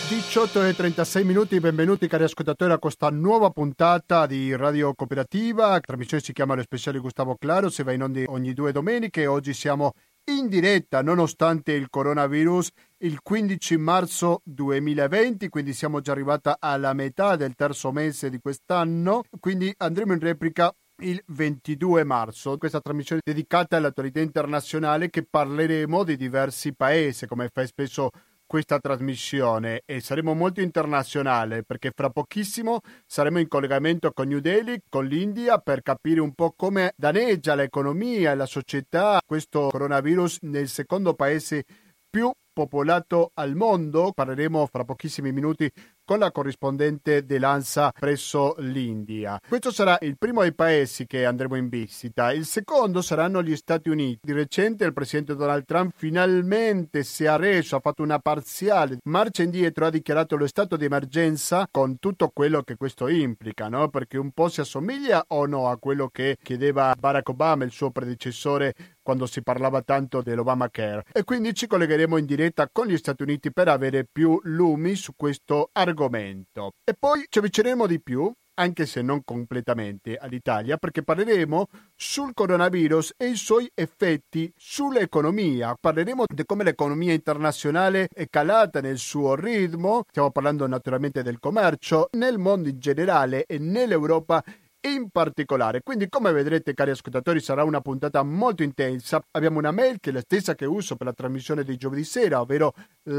18:36, benvenuti cari ascoltatori a questa nuova puntata di Radio Cooperativa. La trasmissione si chiama Lo Speciale Gustavo Claro, si va in onda ogni 2 domeniche. Oggi siamo in diretta nonostante il coronavirus il 15 marzo 2020, quindi siamo già arrivati alla metà del terzo mese di quest'anno, quindi andremo in replica il 22 marzo. Questa trasmissione è dedicata all'attualità internazionale, che parleremo di diversi paesi come fa spesso questa trasmissione, e saremo molto internazionale perché fra pochissimo saremo in collegamento con New Delhi, con l'India, per capire un po' come danneggia l'economia e la società questo coronavirus nel secondo paese più popolato al mondo. Parleremo fra pochissimi minuti con la corrispondente dell'ANSA presso l'India. Questo sarà il primo dei paesi che andremo in visita. Il secondo saranno gli Stati Uniti. Di recente il presidente Donald Trump finalmente si è arreso, ha fatto una parziale marcia indietro, ha dichiarato lo stato di emergenza con tutto quello che questo implica, no? Perché un po' si assomiglia o no a quello che chiedeva Barack Obama, il suo predecessore, quando si parlava tanto dell'Obamacare. E quindi ci collegheremo in diretta con gli Stati Uniti per avere più lumi su questo argomento. E poi ci avvicineremo di più, anche se non completamente, all'Italia, perché parleremo sul coronavirus e i suoi effetti sull'economia. Parleremo di come l'economia internazionale è calata nel suo ritmo. Stiamo parlando naturalmente del commercio nel mondo in generale e nell'Europa in particolare. Quindi, come vedrete cari ascoltatori, sarà una puntata molto intensa. Abbiamo una mail che è la stessa che uso per la trasmissione di giovedì sera, ovvero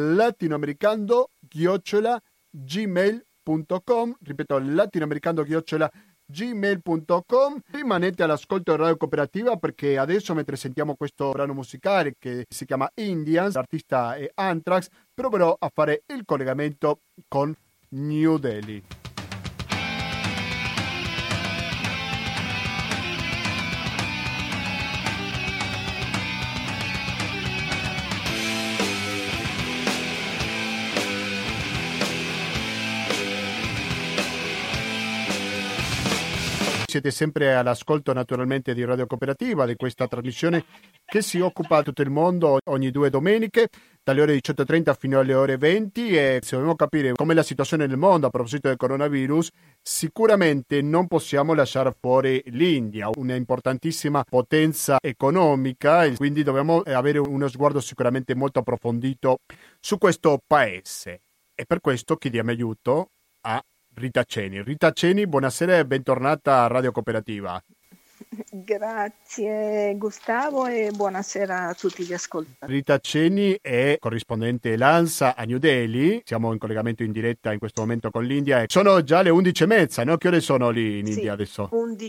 latinoamericando@gmail.com. Ripeto, latinoamericando@gmail.com. Rimanete all'ascolto di Radio Cooperativa, perché adesso, mentre sentiamo questo brano musicale che si chiama Indians, l'artista è Anthrax, proverò a fare il collegamento con New Delhi. Siete sempre all'ascolto naturalmente di Radio Cooperativa, di questa trasmissione che si occupa di tutto il mondo ogni 2 domeniche, dalle ore 18:30 fino alle ore 20. E se vogliamo capire com'è la situazione nel mondo a proposito del coronavirus, sicuramente non possiamo lasciare fuori l'India, una importantissima potenza economica, e quindi dobbiamo avere uno sguardo sicuramente molto approfondito su questo paese. E per questo chiediamo aiuto a Rita Ceni. Rita Ceni, buonasera e bentornata a Radio Cooperativa. Grazie Gustavo e buonasera a tutti gli ascoltatori. Rita Ceni è corrispondente l'ANSA a New Delhi. Siamo in collegamento in diretta in questo momento con l'India. Sono già le 11:30, no? Che ore sono lì in India adesso?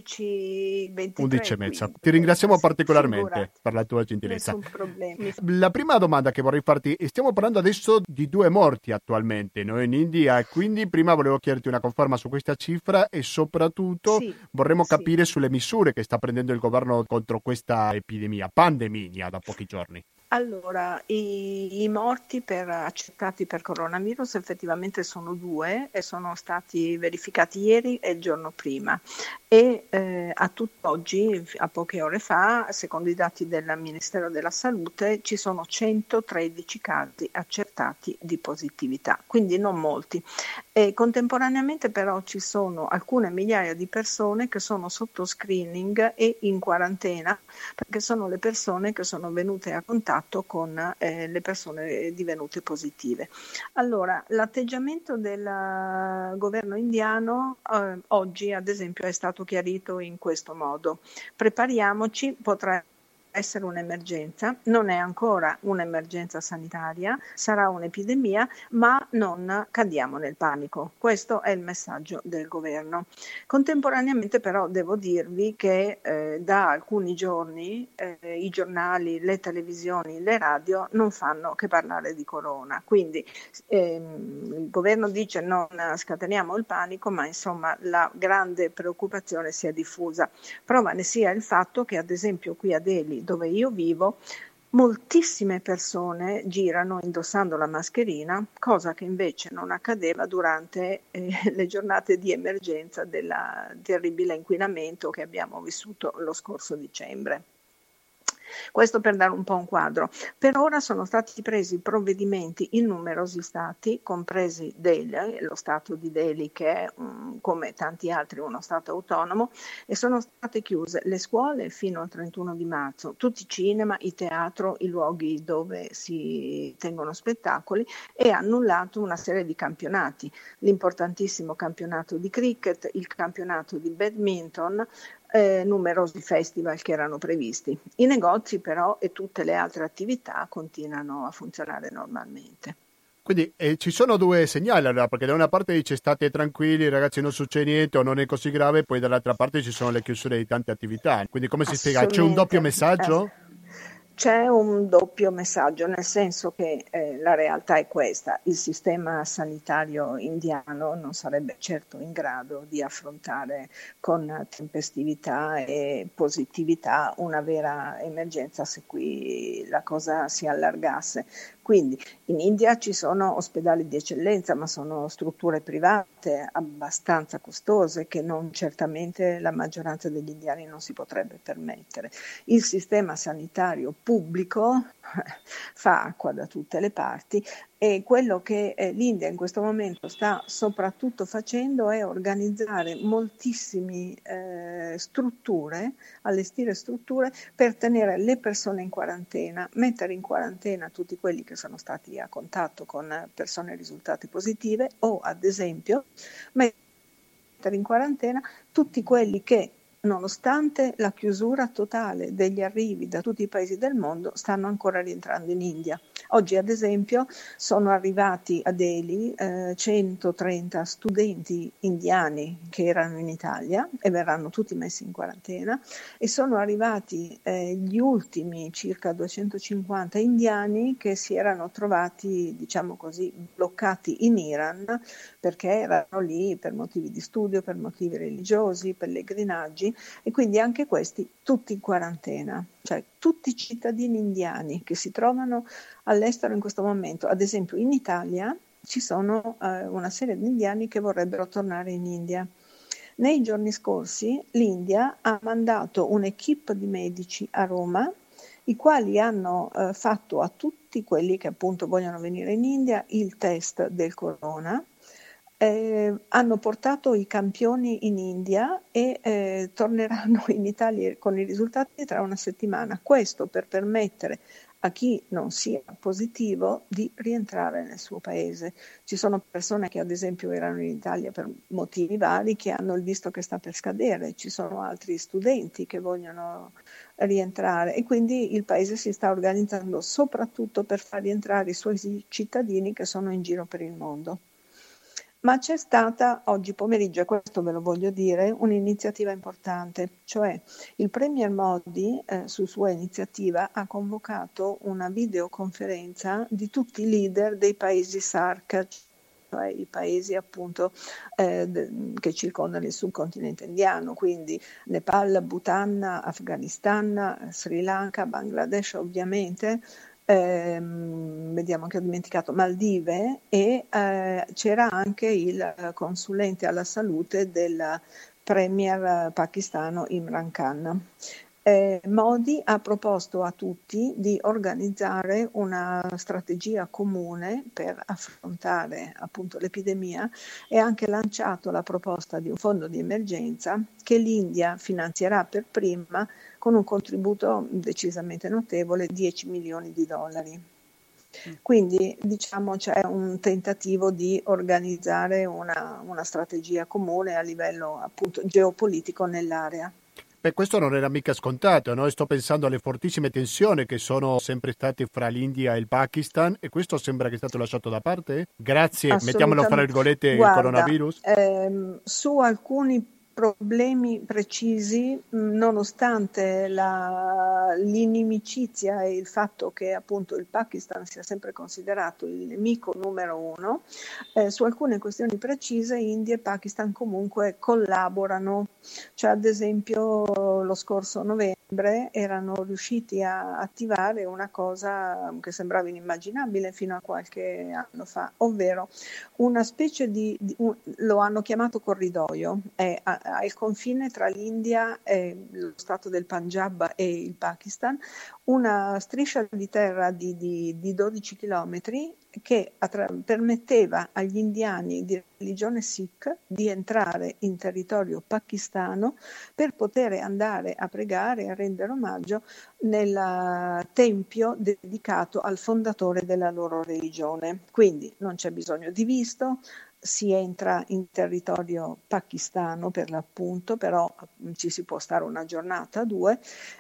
11:23. 11:30. Ti ringraziamo particolarmente per la tua gentilezza. Nessun problema. La prima domanda che vorrei farti: stiamo parlando adesso di 2 morti attualmente, no? In India, e quindi prima volevo chiederti una conferma su questa cifra e soprattutto vorremmo capire sulle misure che sta prendendo il governo contro questa pandemia da pochi giorni. Allora, i morti accertati per coronavirus effettivamente sono 2 e sono stati verificati ieri e il giorno prima, e a tutt'oggi, a poche ore fa, secondo i dati del Ministero della Salute, ci sono 113 casi accertati di positività, quindi non molti. E contemporaneamente però ci sono alcune migliaia di persone che sono sotto screening e in quarantena, perché sono le persone che sono venute a contatto con le persone divenute positive. Allora, l'atteggiamento del governo indiano oggi, ad esempio, è stato chiarito in questo modo: prepariamoci, potrà essere un'emergenza, non è ancora un'emergenza sanitaria, sarà un'epidemia, ma non cadiamo nel panico. Questo è il messaggio del governo. Contemporaneamente però devo dirvi che da alcuni giorni i giornali, le televisioni, le radio non fanno che parlare di corona. Quindi il governo dice non scateniamo il panico, ma insomma la grande preoccupazione si è diffusa. Prova ne sia il fatto che ad esempio qui a Delhi, dove io vivo, moltissime persone girano indossando la mascherina, cosa che invece non accadeva durante le giornate di emergenza del terribile inquinamento che abbiamo vissuto lo scorso dicembre. Questo per dare un po' un quadro. Per ora sono stati presi provvedimenti in numerosi stati, compresi Delhi, lo stato di Delhi che è, come tanti altri, uno stato autonomo, e sono state chiuse le scuole fino al 31 di marzo, tutti i cinema, i teatri, i luoghi dove si tengono spettacoli, e annullato una serie di campionati, l'importantissimo campionato di cricket, il campionato di badminton, numerosi festival che erano previsti. I negozi però e tutte le altre attività continuano a funzionare normalmente. Quindi ci sono due segnali, allora, perché da una parte dice state tranquilli, ragazzi, non succede niente o non è così grave, poi dall'altra parte ci sono le chiusure di tante attività. Quindi come si spiega? C'è un doppio messaggio? C'è un doppio messaggio, nel senso che la realtà è questa: il sistema sanitario indiano non sarebbe certo in grado di affrontare con tempestività e positività una vera emergenza se qui la cosa si allargasse. Quindi in India ci sono ospedali di eccellenza, ma sono strutture private abbastanza costose che non certamente la maggioranza degli indiani non si potrebbe permettere. Il sistema sanitario pubblico fa acqua da tutte le parti, e quello che l'India in questo momento sta soprattutto facendo è organizzare moltissime strutture, allestire strutture per tenere le persone in quarantena, mettere in quarantena tutti quelli che sono stati a contatto con persone risultate positive, o ad esempio mettere in quarantena tutti quelli che, nonostante la chiusura totale degli arrivi da tutti i paesi del mondo, stanno ancora rientrando in India. Oggi, ad esempio, sono arrivati a Delhi 130 studenti indiani che erano in Italia e verranno tutti messi in quarantena, e sono arrivati gli ultimi circa 250 indiani che si erano trovati, diciamo così, bloccati in Iran perché erano lì per motivi di studio, per motivi religiosi, pellegrinaggi, e quindi anche questi tutti in quarantena. Cioè tutti i cittadini indiani che si trovano all'estero in questo momento. Ad esempio in Italia ci sono una serie di indiani che vorrebbero tornare in India. Nei giorni scorsi l'India ha mandato un'equipe di medici a Roma, i quali hanno fatto a tutti quelli che appunto vogliono venire in India il test del corona. Hanno portato i campioni in India e torneranno in Italia con i risultati tra una settimana. Questo per permettere a chi non sia positivo di rientrare nel suo paese. Ci sono persone che ad esempio erano in Italia per motivi vari, che hanno il visto che sta per scadere, ci sono altri studenti che vogliono rientrare, e quindi il paese si sta organizzando soprattutto per far rientrare i suoi cittadini che sono in giro per il mondo. Ma c'è stata oggi pomeriggio, e questo ve lo voglio dire, un'iniziativa importante, cioè il Premier Modi su sua iniziativa ha convocato una videoconferenza di tutti i leader dei paesi SAARC, cioè i paesi appunto che circondano il subcontinente indiano, quindi Nepal, Bhutan, Afghanistan, Sri Lanka, Bangladesh ovviamente, vediamo che ho dimenticato Maldive, e c'era anche il consulente alla salute del premier pakistano Imran Khan. Modi ha proposto a tutti di organizzare una strategia comune per affrontare appunto l'epidemia, e ha anche lanciato la proposta di un fondo di emergenza che l'India finanzierà per prima con un contributo decisamente notevole, 10 milioni di dollari. Quindi diciamo c'è un tentativo di organizzare una strategia comune a livello appunto geopolitico nell'area. Beh, questo non era mica scontato, no? Sto pensando alle fortissime tensioni che sono sempre state fra l'India e il Pakistan, e questo sembra che è stato lasciato da parte? Grazie, mettiamolo fra virgolette, il coronavirus. Su alcuni problemi precisi, nonostante l'inimicizia e il fatto che appunto il Pakistan sia sempre considerato il nemico numero uno, su alcune questioni precise India e Pakistan comunque collaborano. Cioè ad esempio lo scorso novembre erano riusciti a attivare una cosa che sembrava inimmaginabile fino a qualche anno fa, ovvero una specie lo hanno chiamato corridoio, è al confine tra l'India e lo stato del Punjab e il Pakistan, una striscia di terra di 12 chilometri che permetteva agli indiani di religione Sikh di entrare in territorio pakistano per poter andare a pregare e a rendere omaggio nel tempio dedicato al fondatore della loro religione. Quindi non c'è bisogno di visto, si entra in territorio pakistano per l'appunto, però ci si può stare una giornata, due,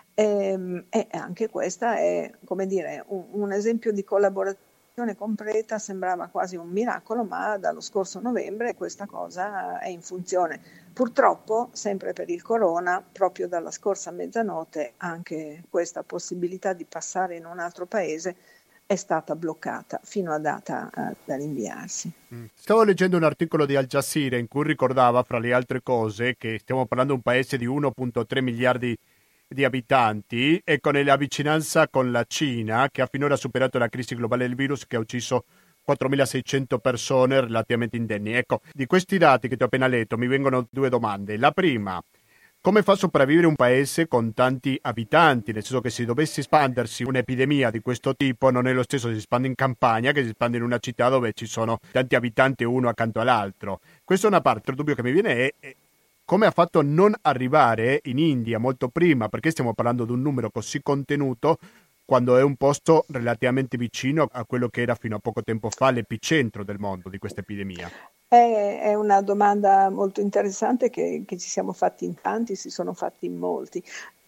e anche questa è, come dire, un esempio di collaborazione completa. Sembrava quasi un miracolo, ma dallo scorso novembre questa cosa è in funzione. Purtroppo, sempre per il corona, proprio dalla scorsa mezzanotte, anche questa possibilità di passare in un altro paese è stata bloccata fino a data da rinviarsi. Stavo leggendo un articolo di Al Jazeera in cui ricordava, fra le altre cose, che stiamo parlando di un paese di 1,3 miliardi di abitanti e con la vicinanza con la Cina, che ha finora superato la crisi globale del virus, che ha ucciso 4.600 persone relativamente indenni. Ecco, di questi dati che ti ho appena letto mi vengono due domande. La prima: come fa a sopravvivere un paese con tanti abitanti? Nel senso che se dovesse espandersi un'epidemia di questo tipo non è lo stesso se si espande in campagna che si espande in una città dove ci sono tanti abitanti uno accanto all'altro. Questa è una parte. Il dubbio che mi viene è come ha fatto a non arrivare in India molto prima, perché stiamo parlando di un numero così contenuto quando è un posto relativamente vicino a quello che era fino a poco tempo fa l'epicentro del mondo di questa epidemia. È una domanda molto interessante che ci siamo fatti in tanti, si sono fatti in molti.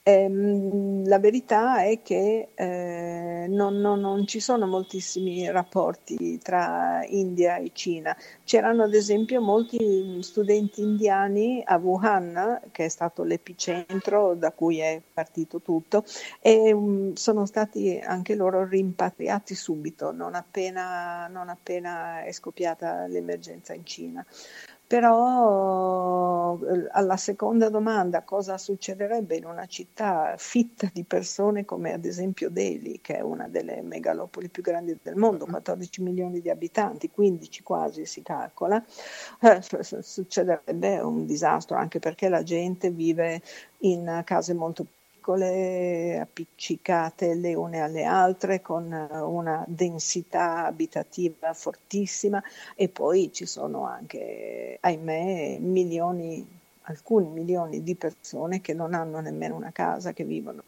La verità è che non ci sono moltissimi rapporti tra India e Cina. C'erano ad esempio molti studenti indiani a Wuhan, che è stato l'epicentro da cui è partito tutto, e sono stati anche loro rimpatriati subito, non appena è scoppiata l'emergenza in Cina. Però alla seconda domanda, cosa succederebbe in una città fitta di persone come ad esempio Delhi, che è una delle megalopoli più grandi del mondo, 14 milioni di abitanti, 15 quasi si calcola, succederebbe un disastro, anche perché la gente vive in case molto piccole, appiccicate le une alle altre, con una densità abitativa fortissima, e poi ci sono anche, ahimè, alcuni milioni di persone che non hanno nemmeno una casa, che vivono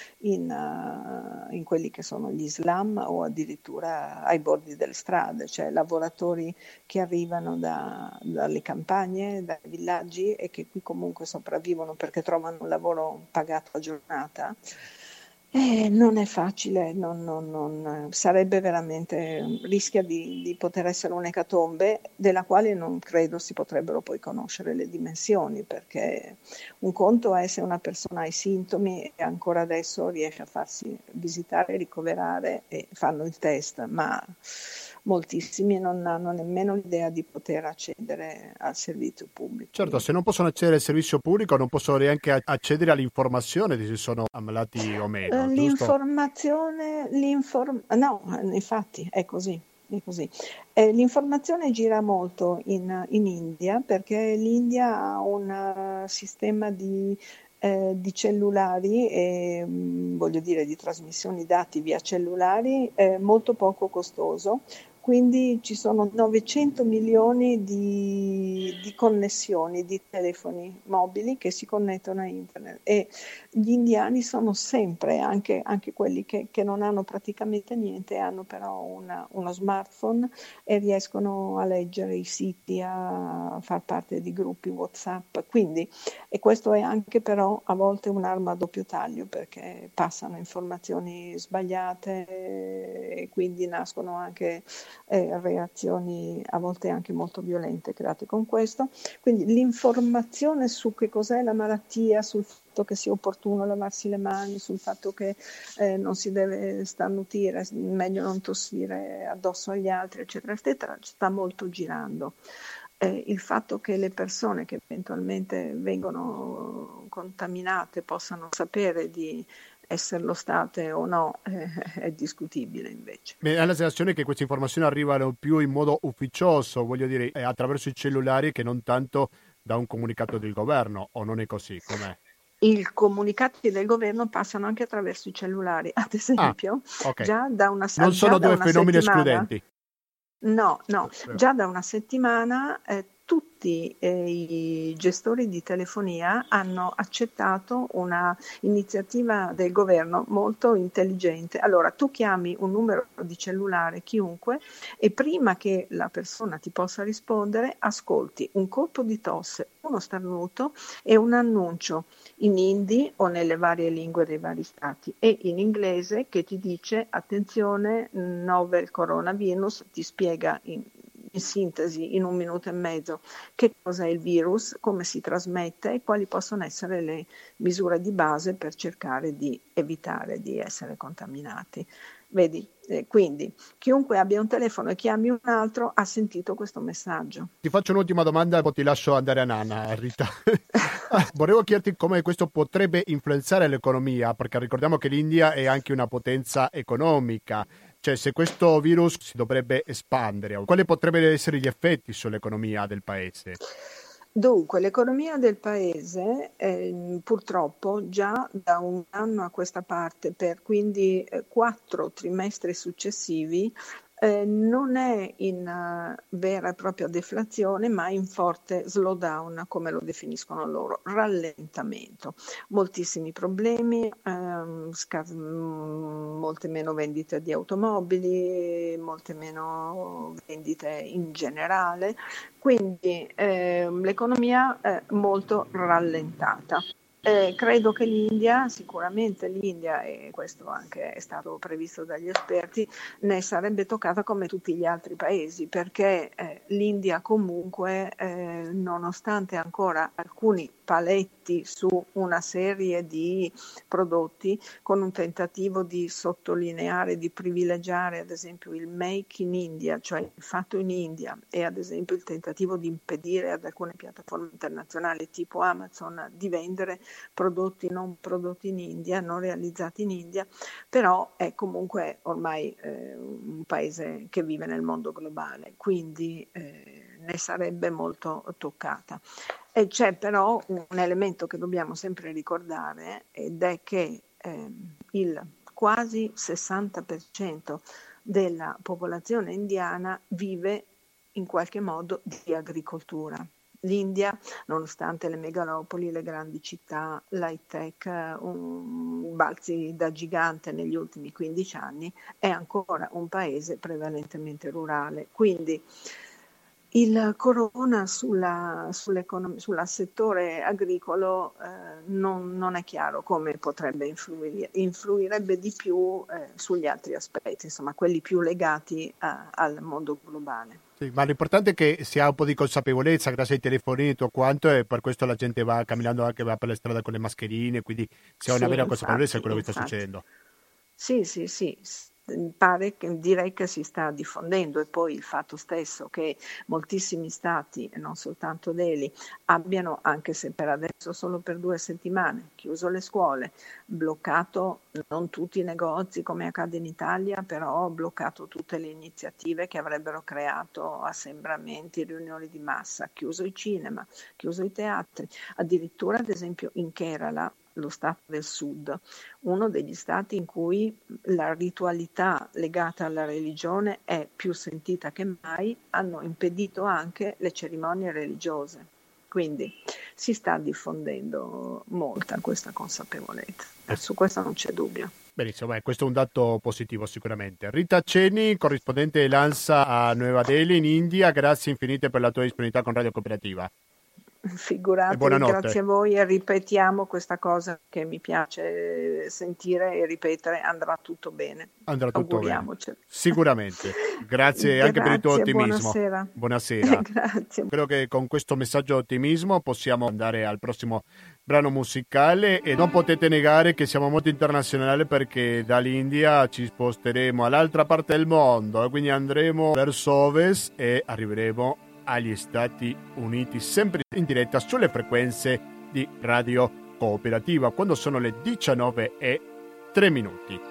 in quelli che sono gli slum o addirittura ai bordi delle strade, cioè lavoratori che arrivano dalle campagne, dai villaggi e che qui comunque sopravvivono perché trovano un lavoro pagato a giornata. Non è facile, sarebbe veramente, rischia di poter essere un'ecatombe della quale non credo si potrebbero poi conoscere le dimensioni, perché un conto è se una persona ha i sintomi e ancora adesso riesce a farsi visitare, ricoverare e fanno il test, ma moltissimi non hanno nemmeno l'idea di poter accedere al servizio pubblico. Certo, se non possono accedere al servizio pubblico non possono neanche accedere all'informazione di se sono ammalati o meno, giusto? No, infatti è così. L'informazione gira molto in India, perché l'India ha un sistema di cellulari e voglio dire di trasmissioni dati via cellulari molto poco costoso. Quindi ci sono 900 milioni di connessioni di telefoni mobili che si connettono a internet, e gli indiani sono sempre, anche quelli che non hanno praticamente niente, hanno però uno smartphone e riescono a leggere i siti, a far parte di gruppi WhatsApp. Quindi, e questo è anche però a volte un'arma a doppio taglio, perché passano informazioni sbagliate e quindi nascono anche reazioni a volte anche molto violente create con questo. Quindi l'informazione su che cos'è la malattia, sul fatto che sia opportuno lavarsi le mani, sul fatto che non si deve starnutire, meglio non tossire addosso agli altri, eccetera, eccetera, sta molto girando. Il fatto che le persone che eventualmente vengono contaminate possano sapere di esserlo state o no è discutibile invece. Hai la sensazione che queste informazioni arrivano più in modo ufficioso, voglio dire, attraverso i cellulari, che non tanto da un comunicato del governo, o non è così? Com'è? I comunicati del governo passano anche attraverso i cellulari, ad esempio, okay. già da una Non sono due fenomeni settimana. escludenti. No, già da una settimana tutti i gestori di telefonia hanno accettato una iniziativa del governo molto intelligente. Allora, tu chiami un numero di cellulare, chiunque, e prima che la persona ti possa rispondere, ascolti un colpo di tosse, uno starnuto e un annuncio in hindi o nelle varie lingue dei vari stati e in inglese che ti dice attenzione, novel coronavirus, ti spiega in sintesi in 1 minuto e mezzo che cosa è il virus, come si trasmette e quali possono essere le misure di base per cercare di evitare di essere contaminati. Vedi, quindi chiunque abbia un telefono e chiami un altro ha sentito questo messaggio. Ti faccio un'ultima domanda e poi ti lascio andare a Nana, Rita. Volevo chiederti come questo potrebbe influenzare l'economia, perché ricordiamo che l'India è anche una potenza economica. Cioè, se questo virus si dovrebbe espandere, quali potrebbero essere gli effetti sull'economia del paese? Dunque, l'economia del paese purtroppo già da 1 anno a questa parte, per quindi 4 trimestri successivi, non è in vera e propria deflazione, ma in forte slowdown, come lo definiscono loro, rallentamento. Moltissimi problemi, molte meno vendite di automobili, molte meno vendite in generale, quindi l'economia è molto rallentata. Credo che sicuramente l'India, e questo anche è stato previsto dagli esperti, ne sarebbe toccata come tutti gli altri paesi, perché l'India comunque, nonostante ancora alcuni paletti su una serie di prodotti, con un tentativo di sottolineare, di privilegiare ad esempio il make in India, cioè il fatto in India, e ad esempio il tentativo di impedire ad alcune piattaforme internazionali tipo Amazon di vendere prodotti non prodotti in India, non realizzati in India, però è comunque ormai un paese che vive nel mondo globale, quindi ne sarebbe molto toccata. E c'è però un elemento che dobbiamo sempre ricordare ed è che il quasi 60% della popolazione indiana vive in qualche modo di agricoltura. L'India, nonostante le megalopoli, le grandi città, l'high tech, balzi da gigante negli ultimi 15 anni, è ancora un paese prevalentemente rurale. Quindi il corona sul settore agricolo non è chiaro come potrebbe influirebbe di più sugli altri aspetti, insomma quelli più legati al mondo globale. Sì, ma l'importante è che si ha un po' di consapevolezza grazie ai telefoni e tutto quanto, e per questo la gente va camminando, anche va per la strada con le mascherine, quindi si ha una Sì, vera consapevolezza di quello che sta infatti. succedendo. Sì, direi che si sta diffondendo, e poi il fatto stesso che moltissimi stati, e non soltanto Delhi, abbiano, anche se per adesso solo per 2 settimane, chiuso le scuole, bloccato non tutti i negozi come accade in Italia, però bloccato tutte le iniziative che avrebbero creato assembramenti, riunioni di massa, chiuso i cinema, chiuso i teatri, addirittura ad esempio in Kerala, lo stato del sud, uno degli stati in cui la ritualità legata alla religione è più sentita che mai, hanno impedito anche le cerimonie religiose. Quindi si sta diffondendo molta questa consapevolezza, su questo non c'è dubbio. Benissimo, questo è un dato positivo sicuramente. Rita Ceni, corrispondente dell'ANSA a Nuova Delhi in India, grazie infinite per la tua disponibilità con Radio Cooperativa. E Figuratevi, buonanotte. grazie a voi, e ripetiamo questa cosa che mi piace sentire e ripetere: andrà tutto bene. Andrà tutto bene. Auguriamocelo. Sicuramente. Grazie anche per il tuo ottimismo. Buonasera. Buonasera. Grazie. Credo che con questo messaggio di ottimismo possiamo andare al prossimo brano musicale, e non potete negare che siamo molto internazionali, perché dall'India ci sposteremo all'altra parte del mondo e quindi andremo verso ovest e arriveremo agli Stati Uniti, sempre in diretta sulle frequenze di Radio Cooperativa, quando sono le 19:03.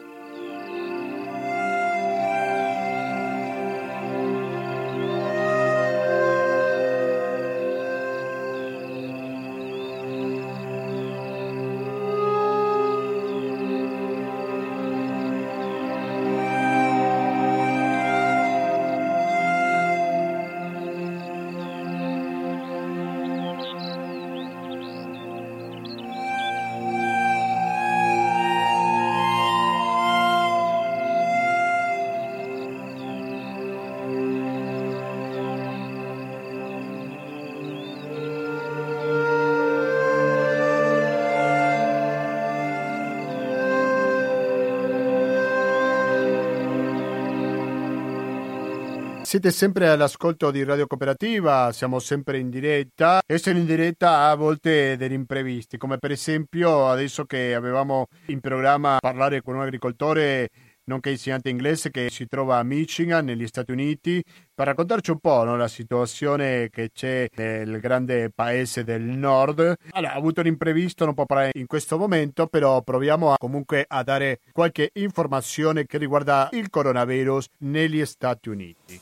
Siete sempre all'ascolto di Radio Cooperativa, siamo sempre in diretta. Essere in diretta ha a volte degli imprevisti, come per esempio adesso che avevamo in programma parlare con un agricoltore nonché insegnante inglese che si trova a Michigan, negli Stati Uniti, per raccontarci un po', no, la situazione che c'è nel grande paese del nord. Allora, ha avuto un imprevisto, non può parlare in questo momento, però proviamo comunque a dare qualche informazione che riguarda il coronavirus negli Stati Uniti.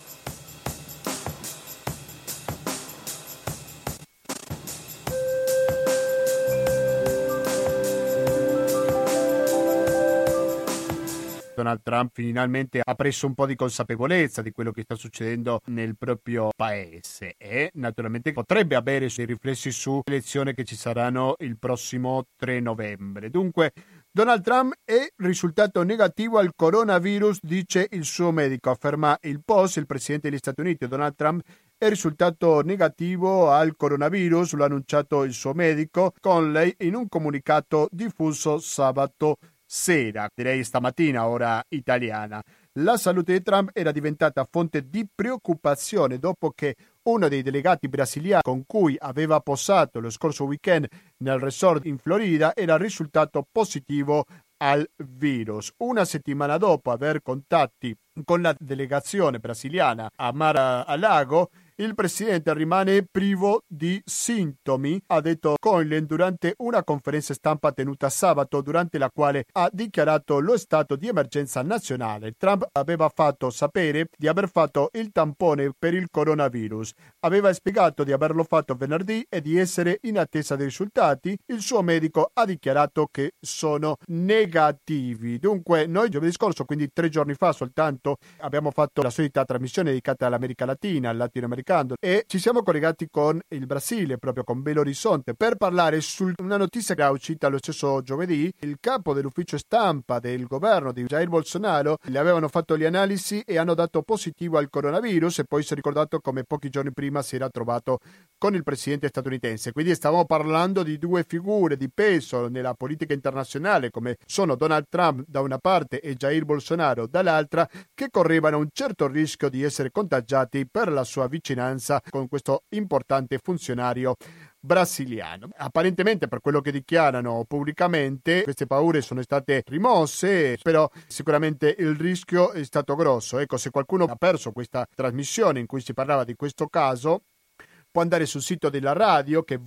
Donald Trump finalmente ha preso un po' di consapevolezza di quello che sta succedendo nel proprio paese e naturalmente potrebbe avere dei riflessi sulle elezioni che ci saranno il prossimo 3 novembre. Dunque, Donald Trump è risultato negativo al coronavirus, dice il suo medico, afferma il Post. Il presidente degli Stati Uniti, Donald Trump, è risultato negativo al coronavirus, lo ha annunciato il suo medico Conley in un comunicato diffuso sabato sera, direi stamattina, ora italiana. La salute di Trump era diventata fonte di preoccupazione dopo che uno dei delegati brasiliani con cui aveva posato lo scorso weekend nel resort in Florida era risultato positivo al virus. Una settimana dopo aver contatti con la delegazione brasiliana a Mar-a-Lago, il presidente rimane privo di sintomi, ha detto Conley durante una conferenza stampa tenuta sabato, durante la quale ha dichiarato lo stato di emergenza nazionale. Trump aveva fatto sapere di aver fatto il tampone per il coronavirus. Aveva spiegato di averlo fatto venerdì e di essere in attesa dei risultati. Il suo medico ha dichiarato che sono negativi. Dunque, noi giovedì scorso, quindi 3 giorni fa soltanto, abbiamo fatto la solita trasmissione dedicata all'America Latina, al latinoamericano, e ci siamo collegati con il Brasile, proprio con Belo Horizonte, per parlare su una notizia che è uscita lo stesso giovedì. Il capo dell'ufficio stampa del governo di Jair Bolsonaro le avevano fatto le analisi e hanno dato positivo al coronavirus, e poi si è ricordato come pochi giorni prima si era trovato con il presidente statunitense. Quindi stavamo parlando di due figure di peso nella politica internazionale, come sono Donald Trump da una parte e Jair Bolsonaro dall'altra, che correvano un certo rischio di essere contagiati per la sua vicinanza con questo importante funzionario brasiliano. Apparentemente, per quello che dichiarano pubblicamente, queste paure sono state rimosse, però sicuramente il rischio è stato grosso. Ecco, se qualcuno ha perso questa trasmissione in cui si parlava di questo caso, può andare sul sito della radio, che è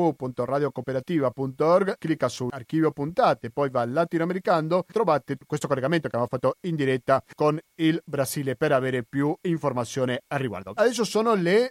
www.radiocooperativa.org, clicca su archivio puntate, poi va al latinoamericano, trovate questo collegamento che abbiamo fatto in diretta con il Brasile per avere più informazione al riguardo. Adesso sono le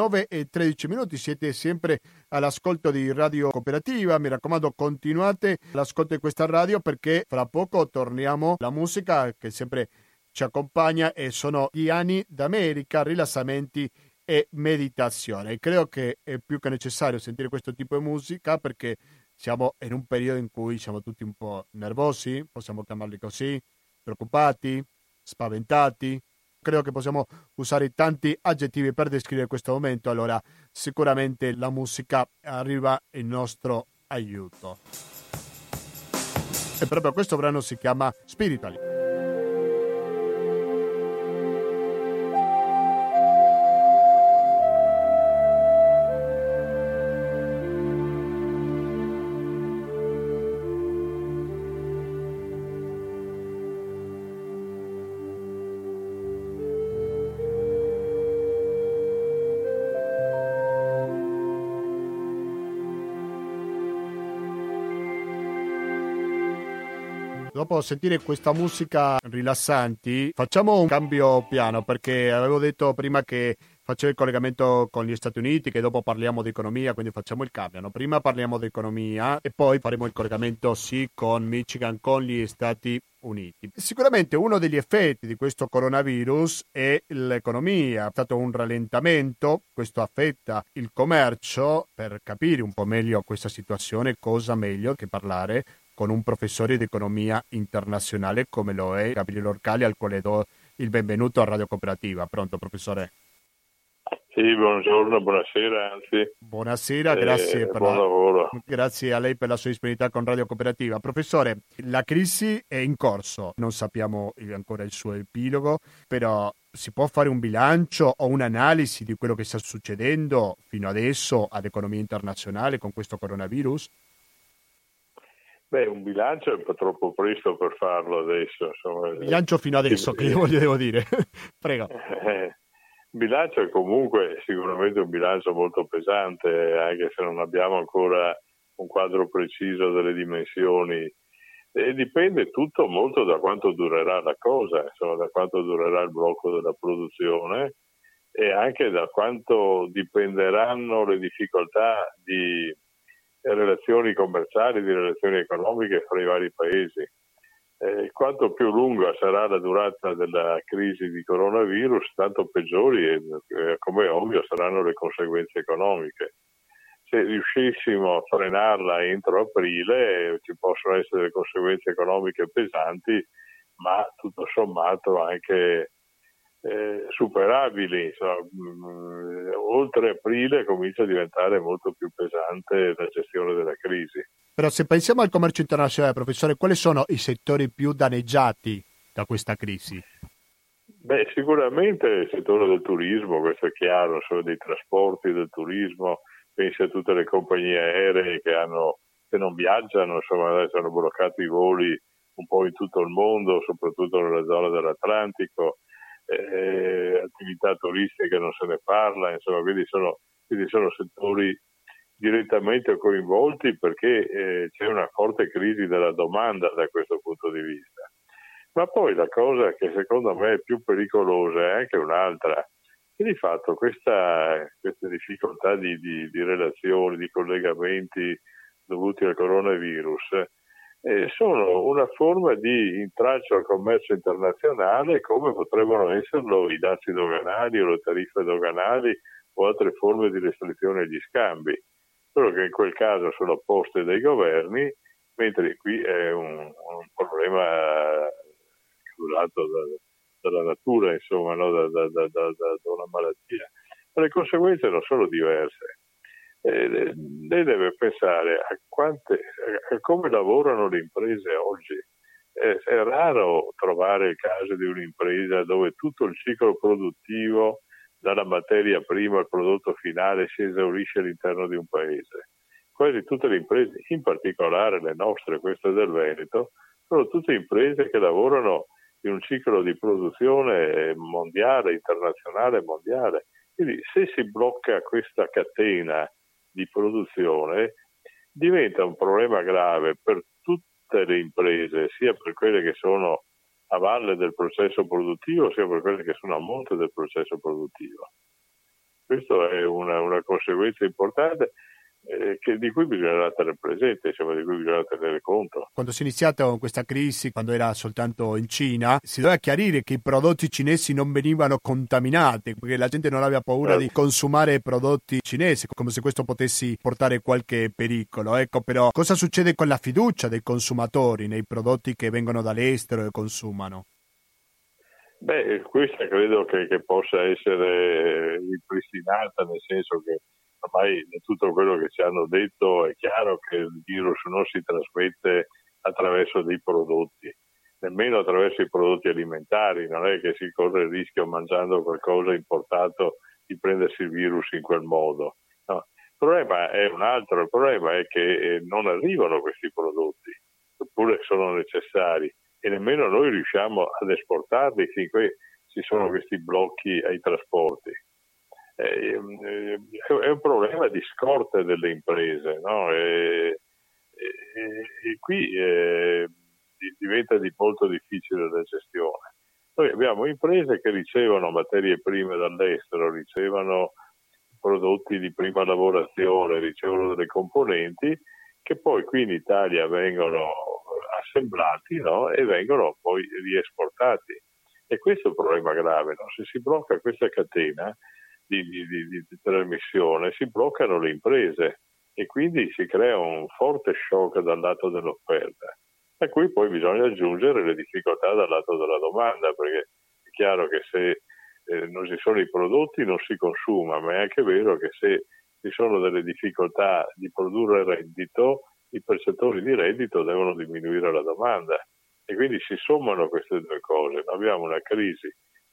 19:13, siete sempre all'ascolto di Radio Cooperativa. Mi raccomando, continuate all'ascolto di questa radio, perché fra poco torniamo alla musica che sempre ci accompagna, e sono gli anni d'America, rilassamenti e meditazione. Credo che è più che necessario sentire questo tipo di musica, perché siamo in un periodo in cui siamo tutti un po' nervosi, possiamo chiamarli così, preoccupati, spaventati. Credo che possiamo usare tanti aggettivi per descrivere questo momento, allora sicuramente la musica arriva in nostro aiuto. E proprio questo brano si chiama Spiritually. Dopo sentire questa musica rilassanti, facciamo un cambio piano, perché avevo detto prima che facevo il collegamento con gli Stati Uniti, che dopo parliamo di economia, quindi facciamo il cambio, no? Prima parliamo di economia e poi faremo il collegamento con Michigan, con gli Stati Uniti. Sicuramente uno degli effetti di questo coronavirus è l'economia, è stato un rallentamento, questo affetta il commercio. Per capire un po' meglio questa situazione, cosa meglio che parlare con un professore di economia internazionale come lo è Gabriele Orcali, al quale do il benvenuto a Radio Cooperativa. Pronto, professore? Sì, buongiorno, buonasera anzi. Buonasera, grazie buon lavoro. Grazie a lei per la sua disponibilità con Radio Cooperativa. Professore, la crisi è in corso, non sappiamo ancora il suo epilogo, però si può fare un bilancio o un'analisi di quello che sta succedendo fino adesso all'economia internazionale con questo coronavirus? Beh, un bilancio è un po' troppo presto per farlo adesso. Insomma, Bilancio fino adesso, che devo dire. Prego. Il bilancio è comunque sicuramente un bilancio molto pesante, anche se non abbiamo ancora un quadro preciso delle dimensioni. E dipende tutto molto da quanto durerà la cosa, insomma, da quanto durerà il blocco della produzione e anche da quanto dipenderanno le difficoltà di relazioni commerciali, di relazioni economiche fra i vari paesi. Quanto più lunga sarà la durata della crisi di coronavirus, tanto peggiori, come è ovvio, saranno le conseguenze economiche. Se riuscissimo a frenarla entro aprile, ci possono essere delle conseguenze economiche pesanti, ma tutto sommato anche superabili. Oltre aprile comincia a diventare molto più pesante la gestione della crisi. Però se pensiamo al commercio internazionale, professore, quali sono i settori più danneggiati da questa crisi? Beh, sicuramente il settore del turismo, questo è chiaro, sono dei trasporti, del turismo, pensi a tutte le compagnie aeree che non viaggiano, insomma, adesso hanno bloccato i voli un po' in tutto il mondo, soprattutto nella zona dell'Atlantico, attività turistiche non se ne parla, insomma, quindi sono settori direttamente coinvolti perché c'è una forte crisi della domanda da questo punto di vista. Ma poi la cosa che secondo me è più pericolosa è anche un'altra, che di fatto queste difficoltà di relazioni, di collegamenti dovuti al coronavirus sono una forma di intralcio al commercio internazionale come potrebbero esserlo i dazi doganali o le tariffe doganali o altre forme di restrizione agli scambi, solo che in quel caso sono poste dai governi, mentre qui è un problema causato dalla natura, insomma, no? da una malattia. Ma le conseguenze non sono diverse. Lei deve pensare a come lavorano le imprese oggi. È raro trovare il caso di un'impresa dove tutto il ciclo produttivo, dalla materia prima al prodotto finale, si esaurisce all'interno di un paese. Quasi tutte le imprese, in particolare le nostre, queste del Veneto, sono tutte imprese che lavorano in un ciclo di produzione mondiale, internazionale, mondiale. Quindi se si blocca questa catena di produzione diventa un problema grave per tutte le imprese, sia per quelle che sono a valle del processo produttivo, sia per quelle che sono a monte del processo produttivo. Questa è una conseguenza importante di cui bisognerà tenere presente, insomma, di cui bisogna tenere conto. Quando si è iniziata questa crisi, quando era soltanto in Cina, si doveva chiarire che i prodotti cinesi non venivano contaminati, perché la gente non aveva paura di consumare prodotti cinesi, come se questo potesse portare qualche pericolo. Ecco, però cosa succede con la fiducia dei consumatori nei prodotti che vengono dall'estero e consumano? Beh, questa credo che possa essere ripristinata, nel senso che ormai da tutto quello che ci hanno detto è chiaro che il virus non si trasmette attraverso dei prodotti, nemmeno attraverso i prodotti alimentari, non è che si corre il rischio mangiando qualcosa importato di prendersi il virus in quel modo. No. Il problema è un altro, il problema è che non arrivano questi prodotti, eppure sono necessari, e nemmeno noi riusciamo ad esportarli finché ci sono questi blocchi ai trasporti. È un problema di scorte delle imprese, no? E qui diventa molto difficile la gestione. Noi abbiamo imprese che ricevono materie prime dall'estero, ricevono prodotti di prima lavorazione, ricevono delle componenti che poi qui in Italia vengono assemblati, no? E vengono poi riesportati. E questo è un problema grave, no? Se si blocca questa catena di trasmissione, si bloccano le imprese e quindi si crea un forte shock dal lato dell'offerta, a cui poi bisogna aggiungere le difficoltà dal lato della domanda, perché è chiaro che se non ci sono i prodotti non si consuma, ma è anche vero che se ci sono delle difficoltà di produrre reddito, i percettori di reddito devono diminuire la domanda e quindi si sommano queste due cose. Abbiamo una crisi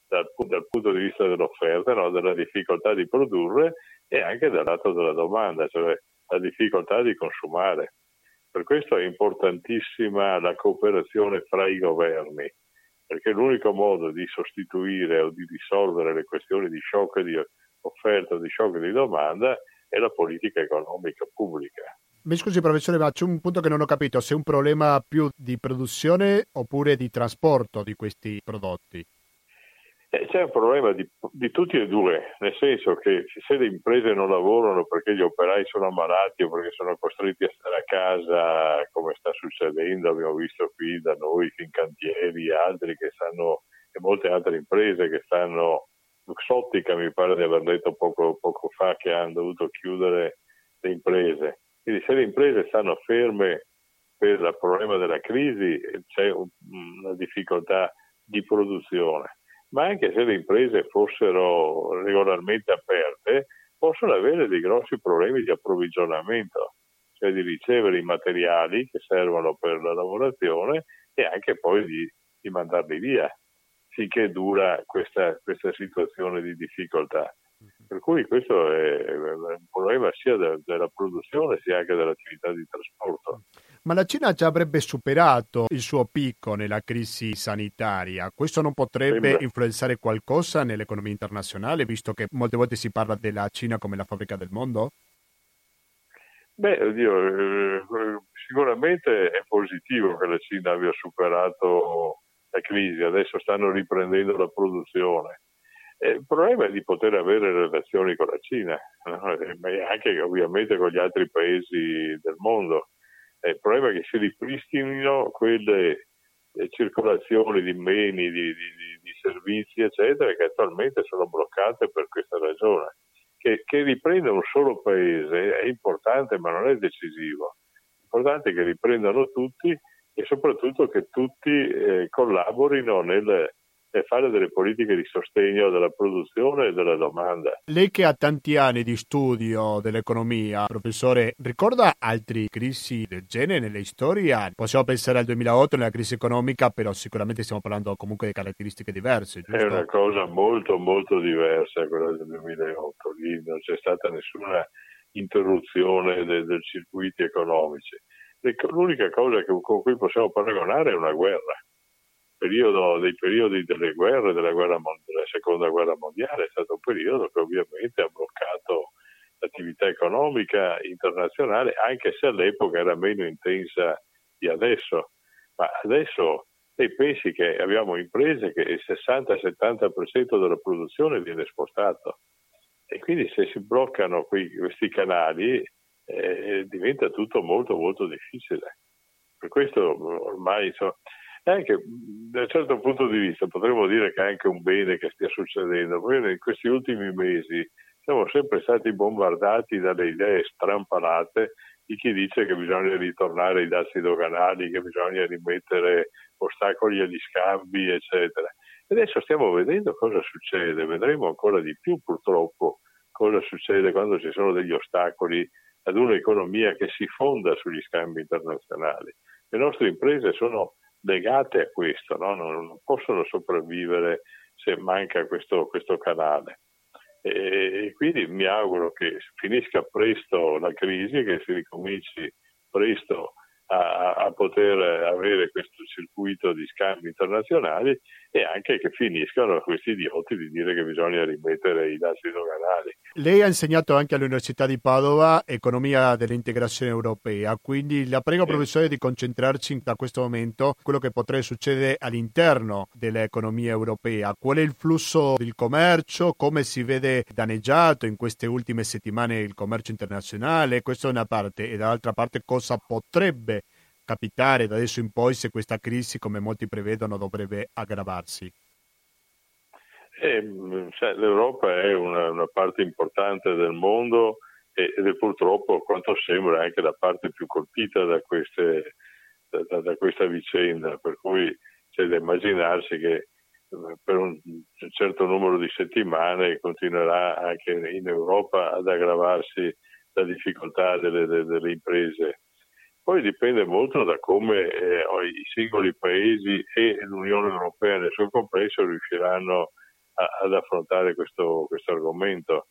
dal punto di vista dell'offerta, no? Della difficoltà di produrre e anche dal lato della domanda, cioè la difficoltà di consumare. Per questo è importantissima la cooperazione fra i governi, perché l'unico modo di sostituire o di risolvere le questioni di shock di offerta o di shock di domanda è la politica economica pubblica. Mi scusi professore, ma c'è un punto che non ho capito, se è un problema più di produzione oppure di trasporto di questi prodotti. C'è un problema di tutti e due, nel senso che se le imprese non lavorano perché gli operai sono ammalati o perché sono costretti a stare a casa, come sta succedendo, abbiamo visto qui da noi, Fincantieri, altri che stanno, e molte altre imprese che stanno, Luxottica mi pare di aver detto poco fa che hanno dovuto chiudere le imprese. Quindi se le imprese stanno ferme per il problema della crisi c'è una difficoltà di produzione. Ma anche se le imprese fossero regolarmente aperte, possono avere dei grossi problemi di approvvigionamento, cioè di ricevere i materiali che servono per la lavorazione e anche poi di mandarli via, finché dura questa situazione di difficoltà. Per cui questo è un problema sia della produzione sia anche dell'attività di trasporto. Ma la Cina già avrebbe superato il suo picco nella crisi sanitaria. Questo non potrebbe influenzare qualcosa nell'economia internazionale, visto che molte volte si parla della Cina come la fabbrica del mondo? Sicuramente è positivo che la Cina abbia superato la crisi, adesso stanno riprendendo la produzione. Il problema è di poter avere relazioni con la Cina, no? Ma anche ovviamente con gli altri paesi del mondo. Il problema è che si ripristinino quelle circolazioni di beni, di servizi, eccetera, che attualmente sono bloccate per questa ragione. Che riprenda un solo paese è importante, ma non è decisivo. L'importante è che riprendano tutti e soprattutto che tutti collaborino nel fare delle politiche di sostegno della produzione e della domanda. Lei che ha tanti anni di studio dell'economia, professore, ricorda altre crisi del genere nella storia? Possiamo pensare al 2008 nella crisi economica, però sicuramente stiamo parlando comunque di caratteristiche diverse, giusto? È una cosa molto molto diversa quella del 2008, lì non c'è stata nessuna interruzione dei circuiti economici. L'unica cosa con cui possiamo paragonare è una guerra. Dei periodi delle guerre, della seconda guerra mondiale, è stato un periodo che ovviamente ha bloccato l'attività economica internazionale, anche se all'epoca era meno intensa di adesso. Ma adesso lei pensi che abbiamo imprese che il 60-70% della produzione viene esportato e quindi se si bloccano questi canali diventa tutto molto molto difficile. Per questo ormai anche da un certo punto di vista potremmo dire che è anche un bene che stia succedendo, perché in questi ultimi mesi siamo sempre stati bombardati dalle idee strampalate di chi dice che bisogna ritornare ai dazi doganali, che bisogna rimettere ostacoli agli scambi, eccetera. E adesso stiamo vedendo cosa succede, vedremo ancora di più purtroppo cosa succede quando ci sono degli ostacoli ad un'economia che si fonda sugli scambi internazionali. Le nostre imprese sono legate a questo, no? Non possono sopravvivere se manca questo canale. E quindi mi auguro che finisca presto la crisi, che si ricominci presto a poter avere questo circuito di scambi internazionali e anche che finiscano questi idioti di dire che bisogna rimettere i dazi doganali. Lei ha insegnato anche all'Università di Padova economia dell'integrazione europea, quindi la prego professore di concentrarci da questo momento quello che potrebbe succedere all'interno dell'economia europea. Qual è il flusso del commercio, come si vede danneggiato in queste ultime settimane il commercio internazionale, questa è una parte, e dall'altra parte cosa potrebbe capitare da adesso in poi se questa crisi, come molti prevedono, dovrebbe aggravarsi. L'Europa è una parte importante del mondo ed è purtroppo, quanto sembra, anche la parte più colpita da questa vicenda, per cui c'è da immaginarsi che per un certo numero di settimane continuerà anche in Europa ad aggravarsi la difficoltà delle imprese. Poi dipende molto da come i singoli paesi e l'Unione Europea nel suo complesso riusciranno ad affrontare questo argomento.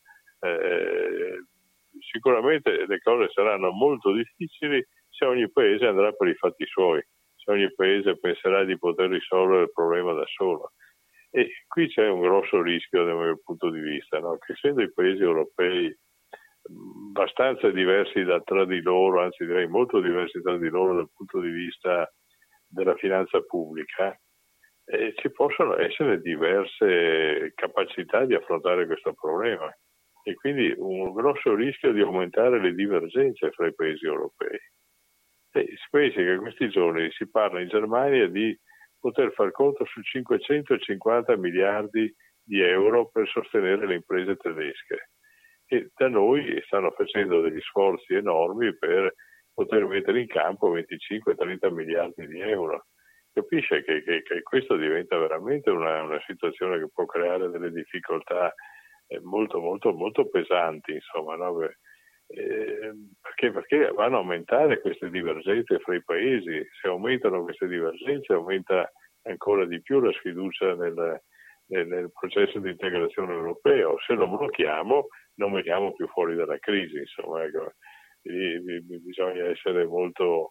Sicuramente le cose saranno molto difficili se ogni paese andrà per i fatti suoi, se ogni paese penserà di poter risolvere il problema da solo. E qui c'è un grosso rischio dal mio punto di vista, no? Che essendo i paesi europei abbastanza diversi tra di loro, anzi direi molto diversi tra di loro dal punto di vista della finanza pubblica, ci possono essere diverse capacità di affrontare questo problema e quindi un grosso rischio di aumentare le divergenze fra i paesi europei. Si pensi che in questi giorni si parla in Germania di poter far conto su 550 miliardi di euro per sostenere le imprese tedesche. E da noi stanno facendo degli sforzi enormi per poter mettere in campo 25-30 miliardi di euro. Capisce che questo diventa veramente una situazione che può creare delle difficoltà molto, molto, molto pesanti, insomma, no? Perché vanno a aumentare queste divergenze fra i paesi. Se aumentano queste divergenze aumenta ancora di più la sfiducia nel processo di integrazione europeo. Se lo blocchiamo non veniamo più fuori dalla crisi, insomma, ecco. Bisogna essere molto